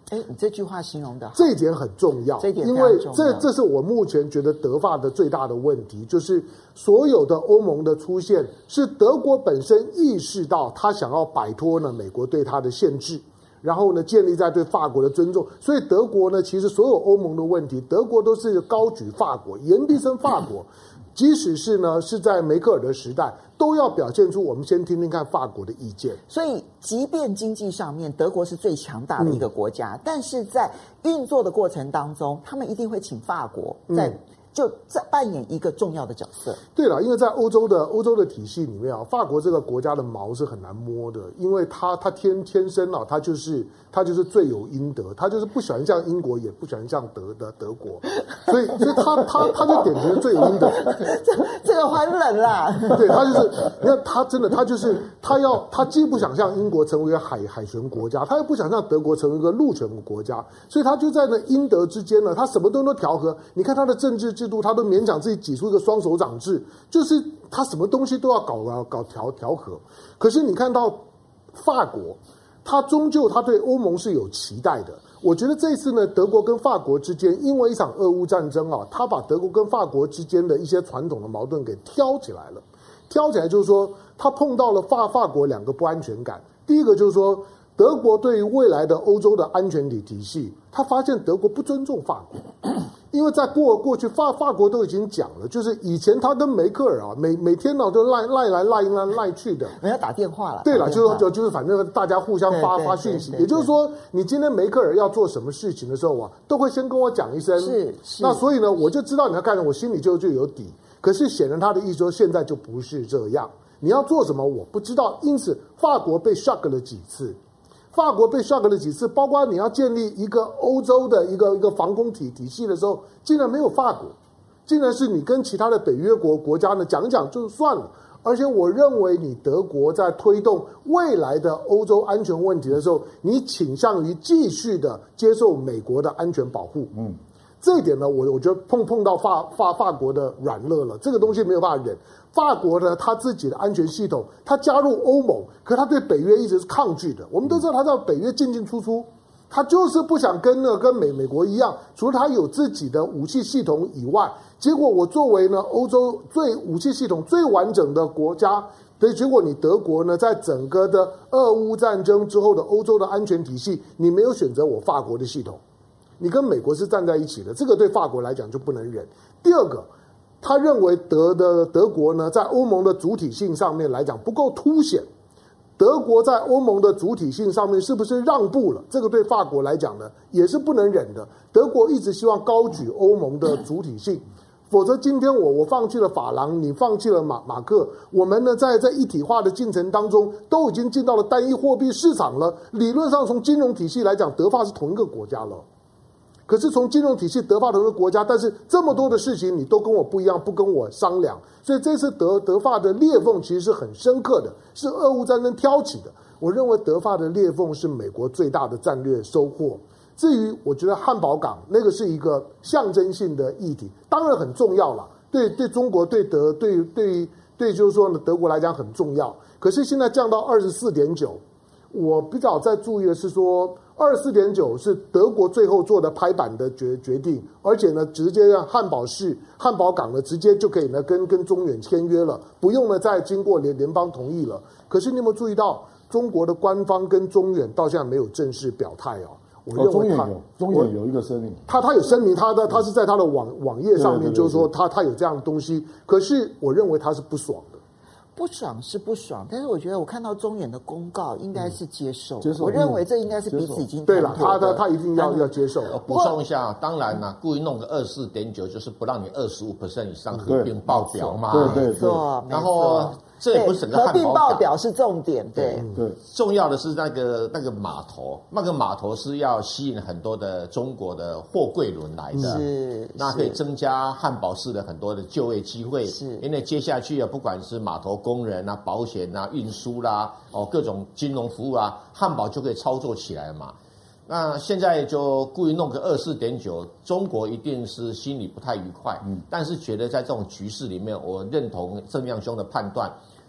你这句话形容的好， 这一点很重要， 这一点因为非常重要这是我目前觉得德法的最大的问题，就是所有的欧盟的出现是德国本身意识到他想要摆脱呢美国对他的限制，然后呢建立在对法国的尊重，所以德国呢其实所有欧盟的问题，德国都是高举法国，言必胜法国。即使是呢，是在梅克尔的时代，都要表现出我们先听听看法国的意见。 所以，即便经济上面德国是最强大的一个国家，但是在运作的过程当中，他们一定会请法国在扮演一个重要的角色。 对了，因为在欧洲的体系里面啊，法国这个国家的毛是很难摸的，因为它天生啊，它就是罪有应得，它就是不喜欢像英国，也不喜欢像德国，所以他就典型的罪有应得。 这个很冷啦。 对，他就是，你看他真的，他既不想像英国成为一个海权国家，他又不想像德国成为一个陆权国家，所以他就在那英德之间呢，他什么都调和。你看他的政治制度，他都勉强自己挤出一个双手掌制，就是他什么东西都要搞调和。可是你看到法国，他终究他对欧盟是有期待的。我觉得这一次呢，德国跟法国之间因为一场俄乌战争啊，他把德国跟法国之间的一些传统的矛盾给挑起来了。挑起来就是说，他碰到了法国两个不安全感。第一个就是说，德国对于未来的欧洲的安全体系，他发现德国不尊重法国。因为在过去法国都已经讲了，就是以前他跟梅克尔啊，每天呢就赖去的， 人家打电话了。 对了，就是反正大家互相发讯息，也就是说，你今天梅克尔要做什么事情的时候啊，都会先跟我讲一声。 是。 那所以呢，我就知道你要干什么，我心里就有底。可是显然他的意思说，现在就不是这样，你要做什么我不知道。因此，法国被 shock 了几次。包括你要建立一个欧洲的一个防空体系的时候，竟然没有法国，竟然是你跟其他的北约国家呢讲就算了。而且我认为你德国在推动未来的欧洲安全问题的时候，你倾向于继续的接受美国的安全保护。这一点呢，我觉得碰到法国的软肋了，这个东西没有办法忍。法国呢，他自己的安全系统，他加入欧盟，可他对北约一直是抗拒的。我们都知道他在北约进出，他就是不想跟美国一样，除了他有自己的武器系统以外，结果我作为呢欧洲武器系统最完整的国家，所以结果你德国呢，在整个的俄乌战争之后的欧洲的安全体系，你没有选择我法国的系统。你跟美国是站在一起的，这个对法国来讲就不能忍。第二个，他认为德国呢，在欧盟的主体性上面来讲不够凸显。德国在欧盟的主体性上面是不是让步了？这个对法国来讲呢，也是不能忍的。德国一直希望高举欧盟的主体性，否则今天我放弃了法郎，你放弃了马克，我们呢在一体化的进程当中都已经进到了单一货币市场了。理论上从金融体系来讲，德法是同一个国家了。可是从金融体系，德法同一个国家，但是这么多的事情你都跟我不一样，不跟我商量，所以这次德法的裂缝其实是很深刻的，是俄乌战争挑起的。我认为德法的裂缝是美国最大的战略收获。至于我觉得汉堡港那个是一个象征性的议题，当然很重要了，对中国对就是说呢德国来讲很重要。可是现在降到24.9，我比较在注意的是说24.9是德国最后做的拍板的决定，而且呢，直接让汉堡港呢，直接就可以呢跟中远签约了，不用呢再经过联邦同意了。可是你有没有注意到，中国的官方跟中远到现在没有正式表态哦？我认为中远有一个声明， 他有声明，他是在他的网页上面就是说他有这样的东西，可是我认为他是不爽的。 不爽是不爽，但是我觉得我看到中远的公告应该是接受，我认为这应该是彼此已经对了，他一定要接受。 补充一下，当然啦，故意弄个24.9，就是不让你25% 以上合并报表嘛。 对， 然后这也不是整个汉堡港， 合并报表是重点，对， 重要的是那个码头，那个码头是要吸引很多的中国的货柜轮来的，那可以增加汉堡市的很多的就业机会。因为接下去不管是码头工人啊、保险啊、运输啦、各种金融服务啊，汉堡就可以操作起来嘛。那现在就故意弄个24.9，中国一定是心里不太愉快，但是觉得在这种局势里面，我认同郑亮兄的判断，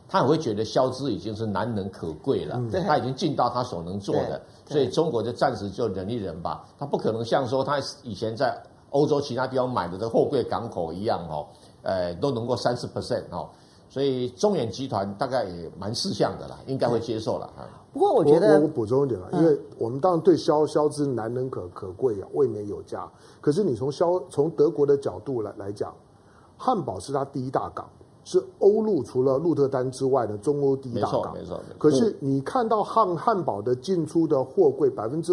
他也会觉得消资已经是难能可贵了，他已经尽到他所能做的，所以中国就暂时就忍一忍吧，他不可能像说他以前在欧洲其他地方买的这货柜港口一样都能够30% 所以中远集团大概也蛮识相的啦，应该会接受了啊。 不过我觉得我补充一点了，因为我们当然对消资难能可贵啊，未免有加。可是你从德国的角度来讲，汉堡是它第一大港。是欧陆除了鹿特丹之外的中欧第一大港， 没错。 可是你看到汉堡的进出的货柜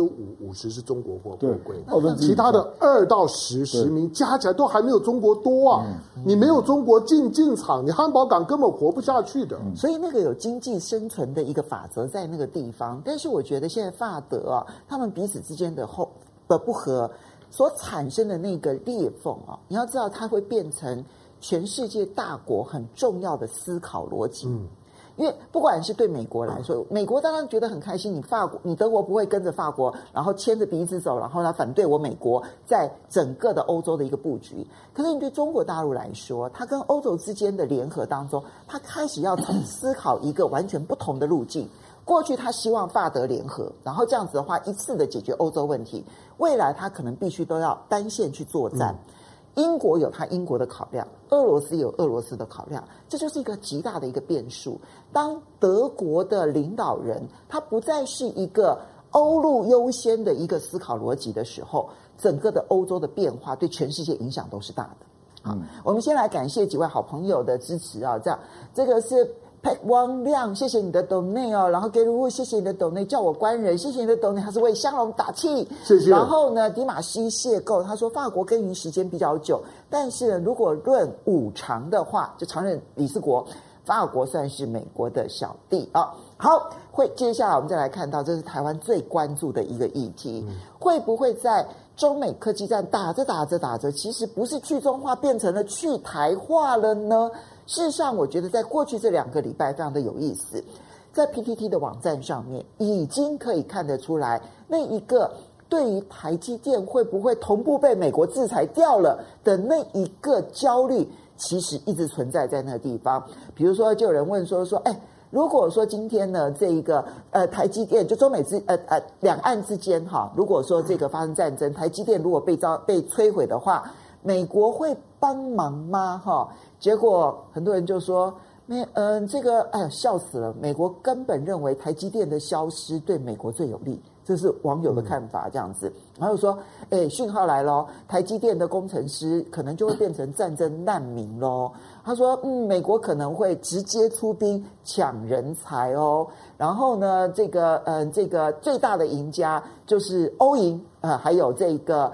50%是中国货柜，其他的2到10名加起来都还没有中国多啊！你没有中国进厂，你汉堡港根本活不下去的。 所以那个有经济生存的一个法则在那个地方，但是我觉得现在法德啊，他们彼此之间的不合所产生的那个裂缝啊，你要知道它会变成全世界大国很重要的思考逻辑，因为不管是对美国来说，美国当然觉得很开心，你德国不会跟着法国，然后牵着鼻子走，然后呢反对我美国在整个的欧洲的一个布局。可是你对中国大陆来说，它跟欧洲之间的联合当中，它开始要思考一个完全不同的路径。过去他希望法德联合，然后这样子的话一次的解决欧洲问题，未来他可能必须都要单线去作战。英国有它英国的考量，俄罗斯有俄罗斯的考量，这就是一个极大的一个变数。当德国的领导人他不再是一个欧陆优先的一个思考逻辑的时候，整个的欧洲的变化对全世界影响都是大的。好，我们先来感谢几位好朋友的支持啊，这个是Pack 汪亮，谢谢你的 donate 哦，然后给如物，谢谢你的 donate， 叫我官人，谢谢你的 donate， 他是为香龙打气， 谢谢。 然后呢，迪马西邂逅，他说法国耕耘时间比较久，但是呢，如果论五常的话，就常任理事国，法国算是美国的小弟啊。好，接下来我们再来看到，这是台湾最关注的一个议题，会不会在中美科技战打着，其实不是去中化变成了去台化了呢？事实上，我觉得在过去这2个礼拜非常的有意思，在 PTT 的网站上面已经可以看得出来，那一个对于台积电会不会同步被美国制裁掉了的那一个焦虑，其实一直存在在那个地方。比如说，就有人问说，如果说今天呢，这一个台积电就中美两岸之间哈，如果说这个发生战争，台积电如果被摧毁的话，美国会帮忙吗？哈，结果很多人就说，这个笑死了，美国根本认为台积电的消失对美国最有利。这是网友的看法，这样子。然后说，讯号来咯，台积电的工程师可能就会变成战争难民咯。他说，美国可能会直接出兵抢人才哦。然后呢，这个最大的赢家就是欧银还有这个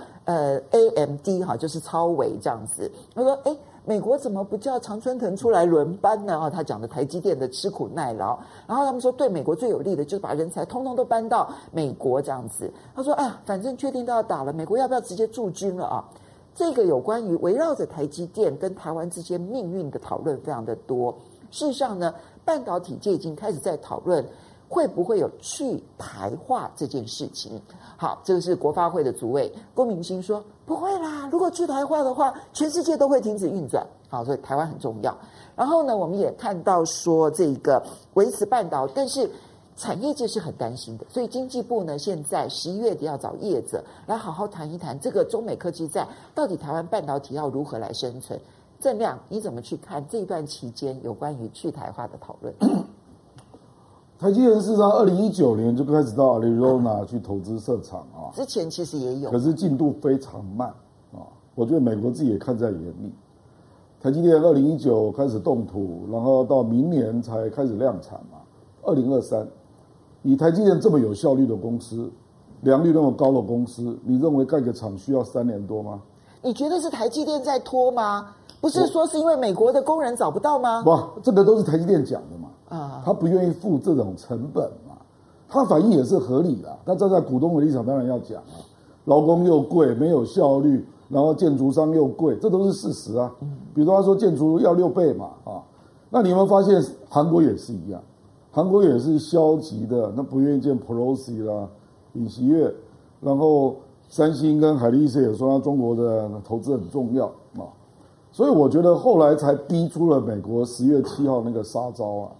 AMD 哈，就是超微这样子。他说，美国怎么不叫常春藤出来轮班呢？他讲的台积电的吃苦耐劳，然后他们说对美国最有利的就是把人才通通都搬到美国这样子。他说，反正确定都要打了，美国要不要直接驻军了啊？这个有关于围绕着台积电跟台湾之间命运的讨论非常的多。事实上呢，半导体界已经开始在讨论会不会有去台化这件事情。好，这个是国发会的主委龚明鑫说，不会啦，如果去台化的话，全世界都会停止运转。好，所以台湾很重要。然后呢，我们也看到说这个维持半导，但是产业界是很担心的，所以经济部呢现在11月底要找业者来好好谈一谈这个中美科技战，到底台湾半导体要如何来生存。郑亮，你怎么去看这一段期间有关于去台化的讨论？ 台积电事实上2019年就开始到 Arizona 去投资设厂啊， 之前其实也有， 可是进度非常慢啊。我觉得美国自己也看在眼里。台积电2019开始动土，然后到明年才开始量产嘛。2023，以台积电这么有效率的公司，良率那么高的公司，你认为盖个厂需要3年多吗？ 你觉得是台积电在拖吗？不是说是因为美国的工人找不到吗？ 不，这个都是台积电讲的嘛。他不愿意付这种成本嘛，他反应也是合理的。他站在股东的立场，当然要讲啊，劳工又贵，没有效率，然后建筑商又贵，这都是事实啊。比如说他说建筑要6倍嘛，那你有没有发现韩国也是一样？韩国也是消极的，那不愿意见 Pelosi 啦、尹锡悦，然后三星跟海力士也说他中国的投资很重要啊。所以我觉得后来才逼出了美国10月7号那个杀招啊。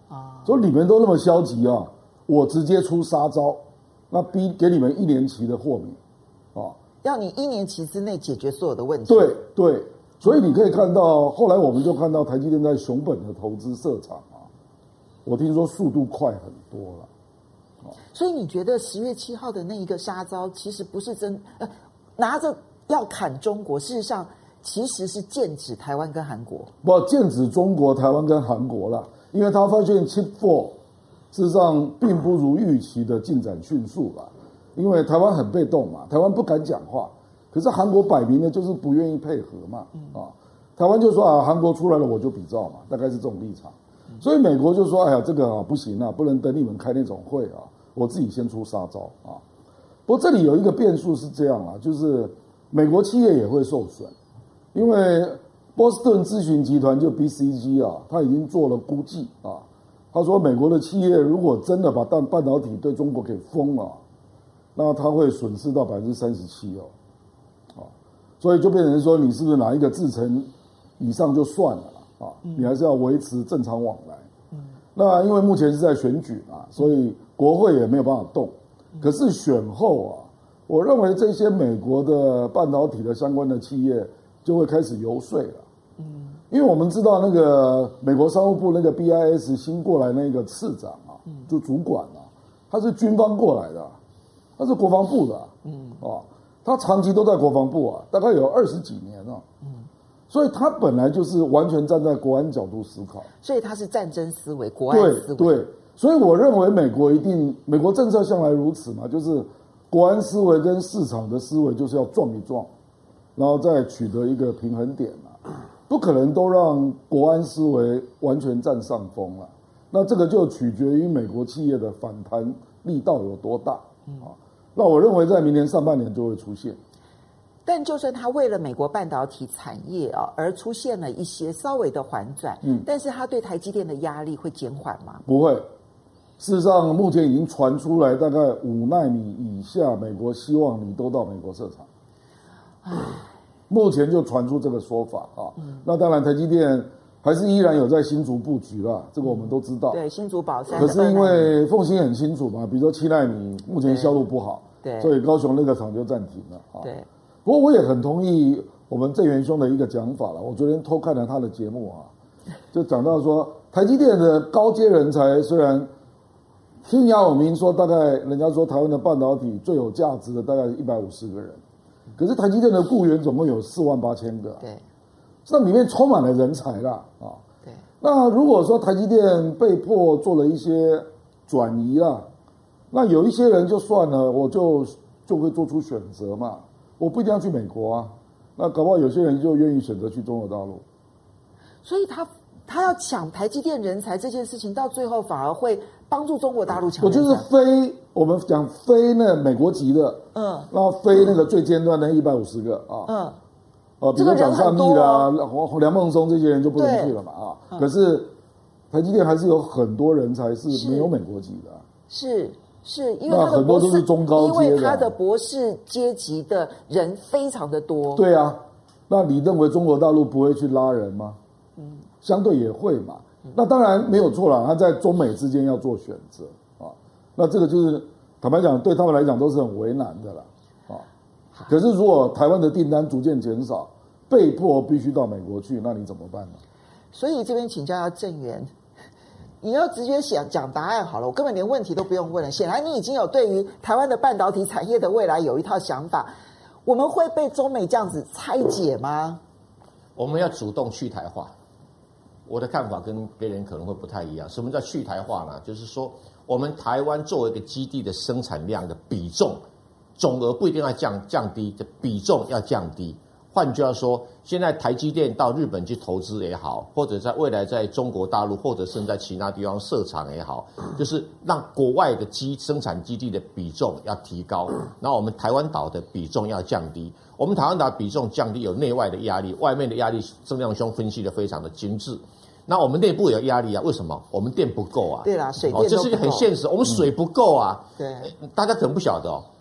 啊， 所以你们都那么消极啊，我直接出杀招，那逼给你们1年期的豁免啊， 要你1年期之内解决所有的问题。 对对，所以你可以看到，后来我们就看到台积电在熊本的投资设厂啊，我听说速度快很多了。 所以你觉得10月7号的那一个杀招，其实不是拿着要砍中国，事实上其实是剑指台湾跟韩国。 不，剑指中国、台湾跟韩国了，因为他发现 Chip 4事实上并不如预期的进展迅速了，因为台湾很被动嘛，台湾不敢讲话，可是韩国摆明的就是不愿意配合嘛，台湾就说啊，韩国出来了我就比照嘛，大概是这种立场。所以美国就说，哎呀，这个啊不行啊，不能等你们开那种会啊，我自己先出杀招啊。不过这里有一个变数是这样啊，就是美国企业也会受损，因为波士顿咨询集团就 BCG 啊，他已经做了估计啊，他说美国的企业如果真的把半导体对中国给封了，那他会损失到37%哦，所以就变成说你是不是哪一个制程以上就算了啊，你还是要维持正常往来。那因为目前是在选举嘛，所以国会也没有办法动。可是选后啊，我认为这些美国的半导体的相关的企业就会开始游说了。因为我们知道那个美国商务部那个 BIS 新过来那个次长啊，就主管啊，他是军方过来的，他是国防部的，他长期都在国防部啊，大概有20几年了。所以他本来就是完全站在国安角度思考， 所以他是战争思维、国安思维。 对，所以我认为美国政策向来如此嘛，就是国安思维跟市场的思维就是要撞一撞，然后再取得一个平衡点嘛，不可能都让国安思维完全占上风了。那这个就取决于美国企业的反弹力道有多大啊。那我认为在明年上半年就会出现。 但就算他为了美国半导体产业而出现了一些稍微的缓转，但是他对台积电的压力会减缓吗？ 不会。事实上，目前已经传出来，大概5奈米以下，美国希望你都到美国设厂。目前就传出这个说法啊。那当然，台积电还是依然有在新竹布局啦，这个我们都知道。 对，新竹宝山。 可是因为凤芯很清楚嘛，比如说7奈米目前销路不好， 对， 所以高雄那个厂就暂停了啊。 对。 不过我也很同意我们郑元兄的一个讲法了。我昨天偷看了他的节目啊，就讲到说，台积电的高阶人才虽然天涯有名说，大概人家说台湾的半导体最有价值的大概150个人，可是台积电的雇员总共有48000个， 对， 这里面充满了人才啦啊。 对， 那如果说台积电被迫做了一些转移啊，那有一些人就算了，我就会做出选择嘛。我不一定要去美国啊，那搞不好有些人就愿意选择去中国大陆。 所以他要抢台积电人才这件事情，到最后反而会帮助中国大陆抢人才。 我就是我们讲非那美国籍的，那非那个最尖端的150个啊，比如讲上亿啦、梁孟松这些人就不能去了嘛啊。可是台积电还是有很多人才是没有美国籍的， 是因为他的很多都是中高阶的， 因为他的博士阶级的人非常的多。 对啊，那你认为中国大陆不会去拉人吗？相对也会嘛。那当然没有错啦，他在中美之间要做选择啊。那这个就是坦白讲，对他们来讲都是很为难的啦啊。可是如果台湾的订单逐渐减少，被迫必须到美国去，那你怎么办呢？ 所以这边请教郑源。你要直接讲答案好了，我根本连问题都不用问了。显然你已经有对于台湾的半导体产业的未来有一套想法。我们会被中美这样子拆解吗？ 我们要主动去台化。我的看法跟别人可能会不太一样。什么叫去台化呢？就是说，我们台湾作为一个基地的生产量的比重，总额不一定要降低，这比重要降低。换句话说，现在台积电到日本去投资也好，或者在未来在中国大陆，或者甚至在其他地方设厂也好，就是让国外的生产基地的比重要提高，然后我们台湾岛的比重要降低。我们台湾岛比重降低，有内外的压力，外面的压力，郑亮兄分析的非常的精致。那我们内部有压力啊？为什么？我们电不够啊。 对啦，水电都不够。 这是一个很现实，我们水不够啊。 对， 大家可能不晓得哦。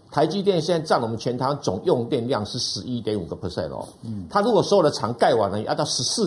台积电现在占我们全台湾总用电量是11.5% 哦，它如果所有的厂盖完了，要到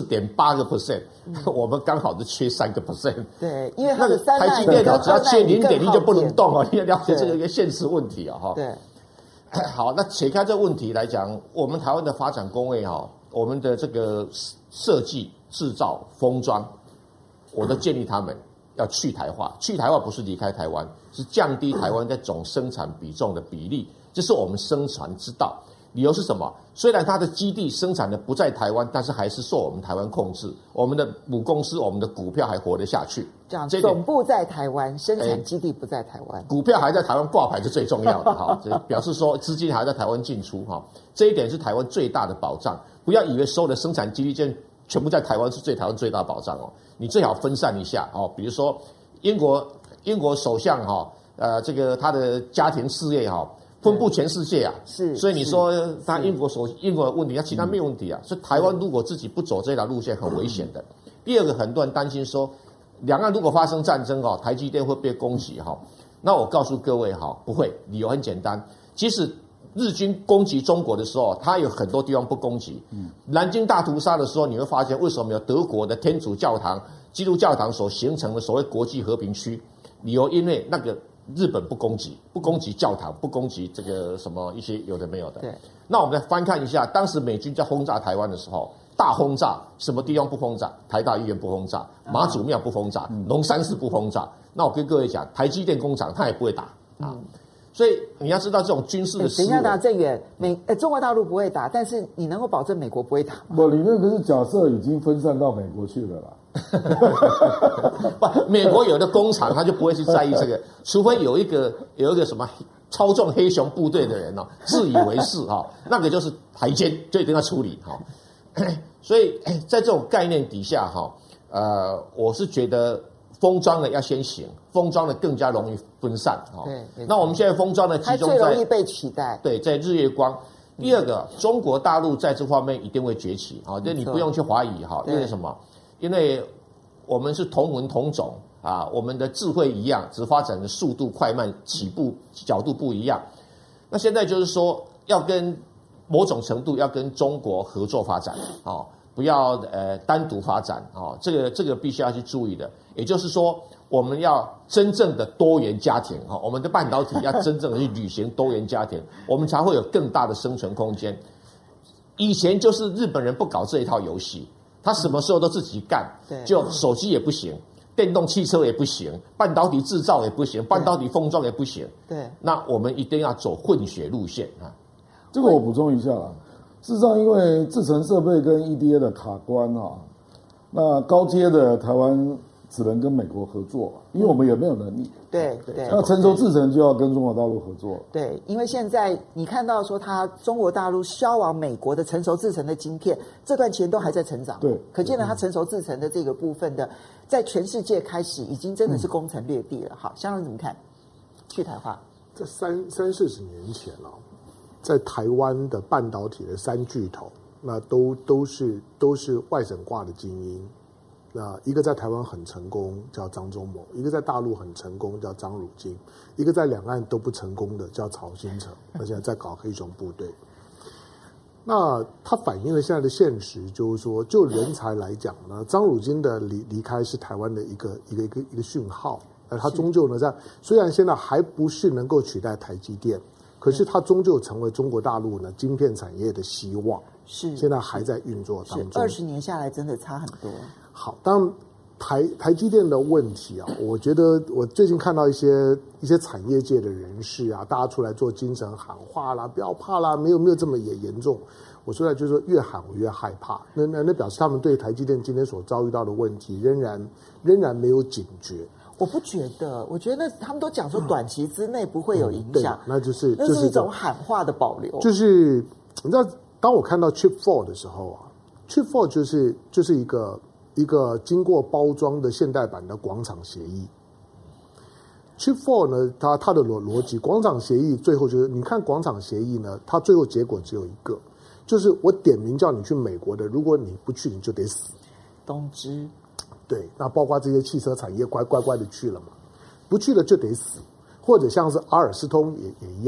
14.8%，我们刚好是缺3%。 对，因为它的台积电只要缺0.1就不能动哦，你要了解这个一个现实问题啊哈。 对， 好，那撇开这个问题来讲，我们台湾的发展工业哈，我们的这个设计、制造、封装，我都建议他们要去台化。去台化不是离开台湾，是降低台湾在总生产比重的比例，这是我们生产之道。理由是什么？虽然它的基地生产的不在台湾，但是还是受我们台湾控制，我们的母公司、我们的股票还活得下去。 这样，总部在台湾，生产基地不在台湾， 股票还在台湾挂牌是最重要的哈，表示说资金还在台湾进出哈，这一点是台湾最大的保障。不要以为所有的生产基地全部在台湾是台湾最大的保障哦，你最好分散一下哦，比如说英国首相哈，这个他的家庭事业哈。分布全世界啊， 是， 所以你说他英国的问题，那其他没有问题啊。所以台湾如果自己不走这条路线，很危险的。第二个，很多人担心说，两岸如果发生战争哦，台积电会被攻击哈。那我告诉各位哈，不会，理由很简单，即使日军攻击中国的时候，它有很多地方不攻击。南京大屠杀的时候，你会发现为什么有德国的天主教堂、基督教堂所形成的所谓国际和平区？理由因为那个。日本不攻击教堂，不攻击这个什么一些有的没有的。 对， 那我们来翻看一下，当时美军在轰炸台湾的时候，大轰炸，什么地方不轰炸？台大医院不轰炸，马祖庙不轰炸，龙山寺不轰炸。那我跟各位讲，台积电工厂它也不会打啊。所以你要知道这种军事的思维。 等一下，打郑远，中国大陆不会打，但是你能够保证美国不会打吗？ 不，你那个是假设已经分散到美国去了啦。 不，美国有的工厂他就不会去在意这个，除非有一个什么操纵黑熊部队的人哦，自以为是哈，那个就是台奸，就一定要处理哈。所以在这种概念底下哈，我是觉得封装的要先行，封装的更加容易分散哈。对，那我们现在封装的集中在它最容易被取代。 对，在日月光。第二个，中国大陆在这方面一定会崛起啊，这你不用去怀疑哈，因为什么？因为我们是同文同种啊，我们的智慧一样，只发展的速度快慢、起步角度不一样。那现在就是说，要跟某种程度要跟中国合作发展啊，不要单独发展啊，这个必须要去注意的。也就是说，我们要真正的多元家庭哈，我们的半导体要真正的去履行多元家庭，我们才会有更大的生存空间。以前就是日本人不搞这一套游戏。他什么时候都自己干，就手机也不行，电动汽车也不行，半导体制造也不行，半导体封装也不行。 对， 那我们一定要走混血路线啊。 这个我补充一下啦，事实上，因为制程设备跟 EDA 的卡关啊，那高阶的台湾只能跟美国合作，因为我们也没有能力。 对， 那成熟制程就要跟中国大陆合作。 对，因为现在你看到说，中国大陆销往美国的成熟制程的晶片，这段期间都还在成长。 对， 可见呢，它成熟制程的这个部分的，在全世界开始已经真的是攻城略地了。好，香港怎么看？去台化， 在30-40年前了，在台湾的半导体的3巨头，那都是外省挂的精英。那一个在台湾很成功叫张忠谋，一个在大陆很成功叫张汝京，一个在两岸都不成功的叫曹兴诚，而且在搞黑熊部队。那它反映了现在的现实，就是说，就人才来讲呢，张汝京的离开是台湾的一个讯号。他终究呢，虽然现在还不是能够取代台积电，可是它终究成为中国大陆呢晶片产业的希望。是，现在还在运作当中。 20年下来，真的差很多。 好，当台积电的问题啊，我觉得我最近看到一些产业界的人士啊，大家出来做精神喊话啦，不要怕啦，没有这么严重。我说来就是说，越喊我越害怕。那表示他们对台积电今天所遭遇到的问题，仍然没有警觉。 我不觉得，我觉得他们都讲说短期之内不会有影响， 那就是一种喊话的保留。 就是你知道，当我看到 Chip 4的时候啊 ，Chip 4就是一个经过包装的现代版的广场协议。Chip 4呢，它的逻辑，广场协议最后就是，你看广场协议呢，它最后结果只有一个，就是我点名叫你去美国的，如果你不去，你就得死。 东芝。 对，那包括这些汽车产业乖的去了嘛，不去了就得死，或者像是阿尔斯通也一样，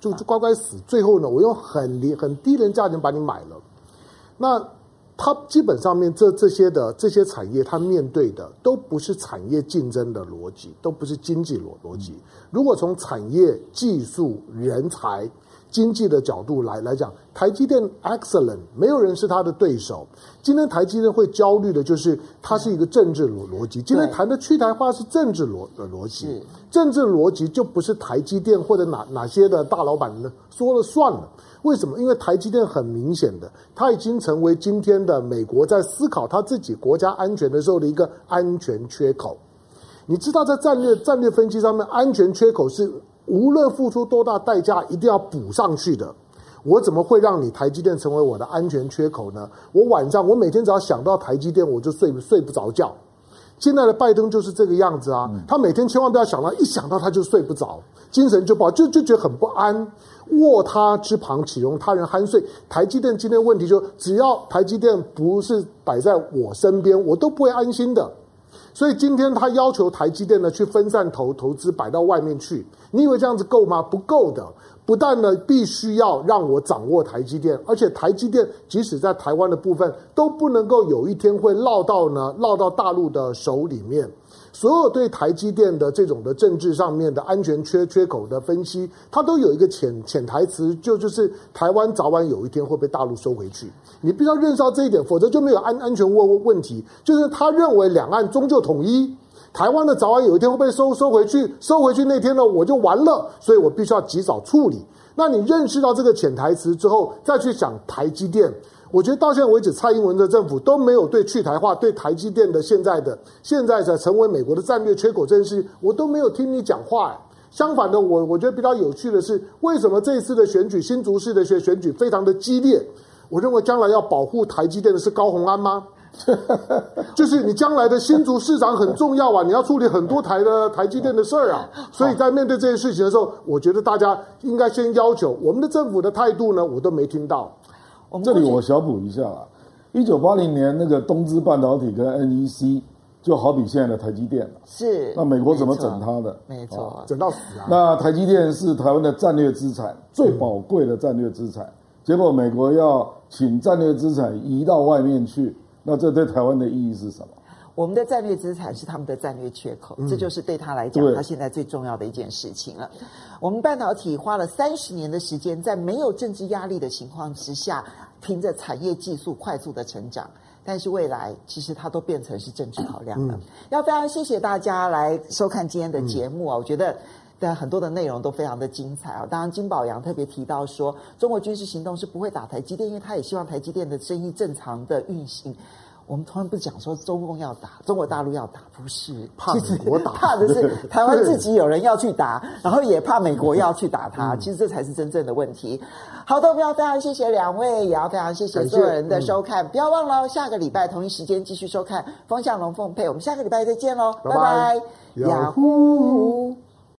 就乖乖死。最后呢，我用很低廉价钱把你买了。那它基本上面这些产业，它面对的都不是产业竞争的逻辑，都不是经济逻辑。如果从产业、技术、人才、经济的角度来讲，台积电 excellent， 没有人是他的对手。今天台积电会焦虑的就是它是一个政治逻辑。今天谈的去台化是政治逻辑，政治逻辑就不是台积电或者哪些的大老板呢说了算了。为什么？因为台积电很明显的，它已经成为今天的美国在思考他自己国家安全的时候的一个安全缺口。你知道，在战略分析上面，安全缺口是无论付出多大代价一定要补上去的。我怎么会让你台积电成为我的安全缺口呢？我每天只要想到台积电，我就睡不着觉。现在的拜登就是这个样子啊，他每天千万不要想到，一想到他就睡不着，精神就不好，就觉得很不安。卧他之旁，岂容他人酣睡？台积电今天问题就，只要台积电不是摆在我身边，我都不会安心的。所以今天他要求台积电呢去分散投资摆到外面去，你以为这样子够吗？不够的。不但呢必须要让我掌握台积电，而且台积电即使在台湾的部分都不能够有一天会落到大陆的手里面。所有对台积电的这种的政治上面的安全缺口的分析，它都有一个潜台词，就是台湾早晚有一天会被大陆收回去。你必须要认识到这一点，否则就没有安全问题。就是他认为两岸终究统一，台湾的早晚有一天会被收回去，收回去那天呢我就完了，所以我必须要及早处理。那你认识到这个潜台词之后，再去想台积电，我觉得到现在为止，蔡英文的政府都没有对去台化、对台积电的现在成为美国的战略缺口这件事情，我都没有听你讲话。相反的，我觉得比较有趣的是，为什么这一次的选举，新竹市的选举非常的激烈？我认为将来要保护台积电的是高虹安吗？就是你将来的新竹市长很重要啊，你要处理很多台积电的事儿啊，所以在面对这些事情的时候，我觉得大家应该先要求我们的政府的态度呢，我都没听到。 这里我小补一下啦，1980年那个东芝半导体跟 NEC 就好比现在的台积电了， 是那美国怎么整它的？ 没错， 整到死啊！ 那台积电是台湾的战略资产，最宝贵的战略资产，结果美国要请战略资产移到外面去。那这对台湾的意义是什么？ 我们的战略资产是他们的战略缺口，这就是对他来讲，他现在最重要的一件事情了。我们半导体花了30年的时间，在没有政治压力的情况之下，凭着产业技术快速的成长，但是未来其实它都变成是政治考量了。要非常谢谢大家来收看今天的节目啊，我觉得很多的内容都非常的精彩啊！当然，金宝洋特别提到说，中国军事行动是不会打台积电，因为他也希望台积电的生意正常的运行。我们从来不是讲说中共要打，中国大陆要打，不是， 怕美国打， 怕的是台湾自己有人要去打，然后也怕美国要去打他。其实这才是真正的问题。好的，我们要非常谢谢两位，也要非常谢谢所有人的收看。不要忘了下个礼拜同一时间继续收看《风向龙凤配》，我们下个礼拜再见喽，拜拜，雅虎。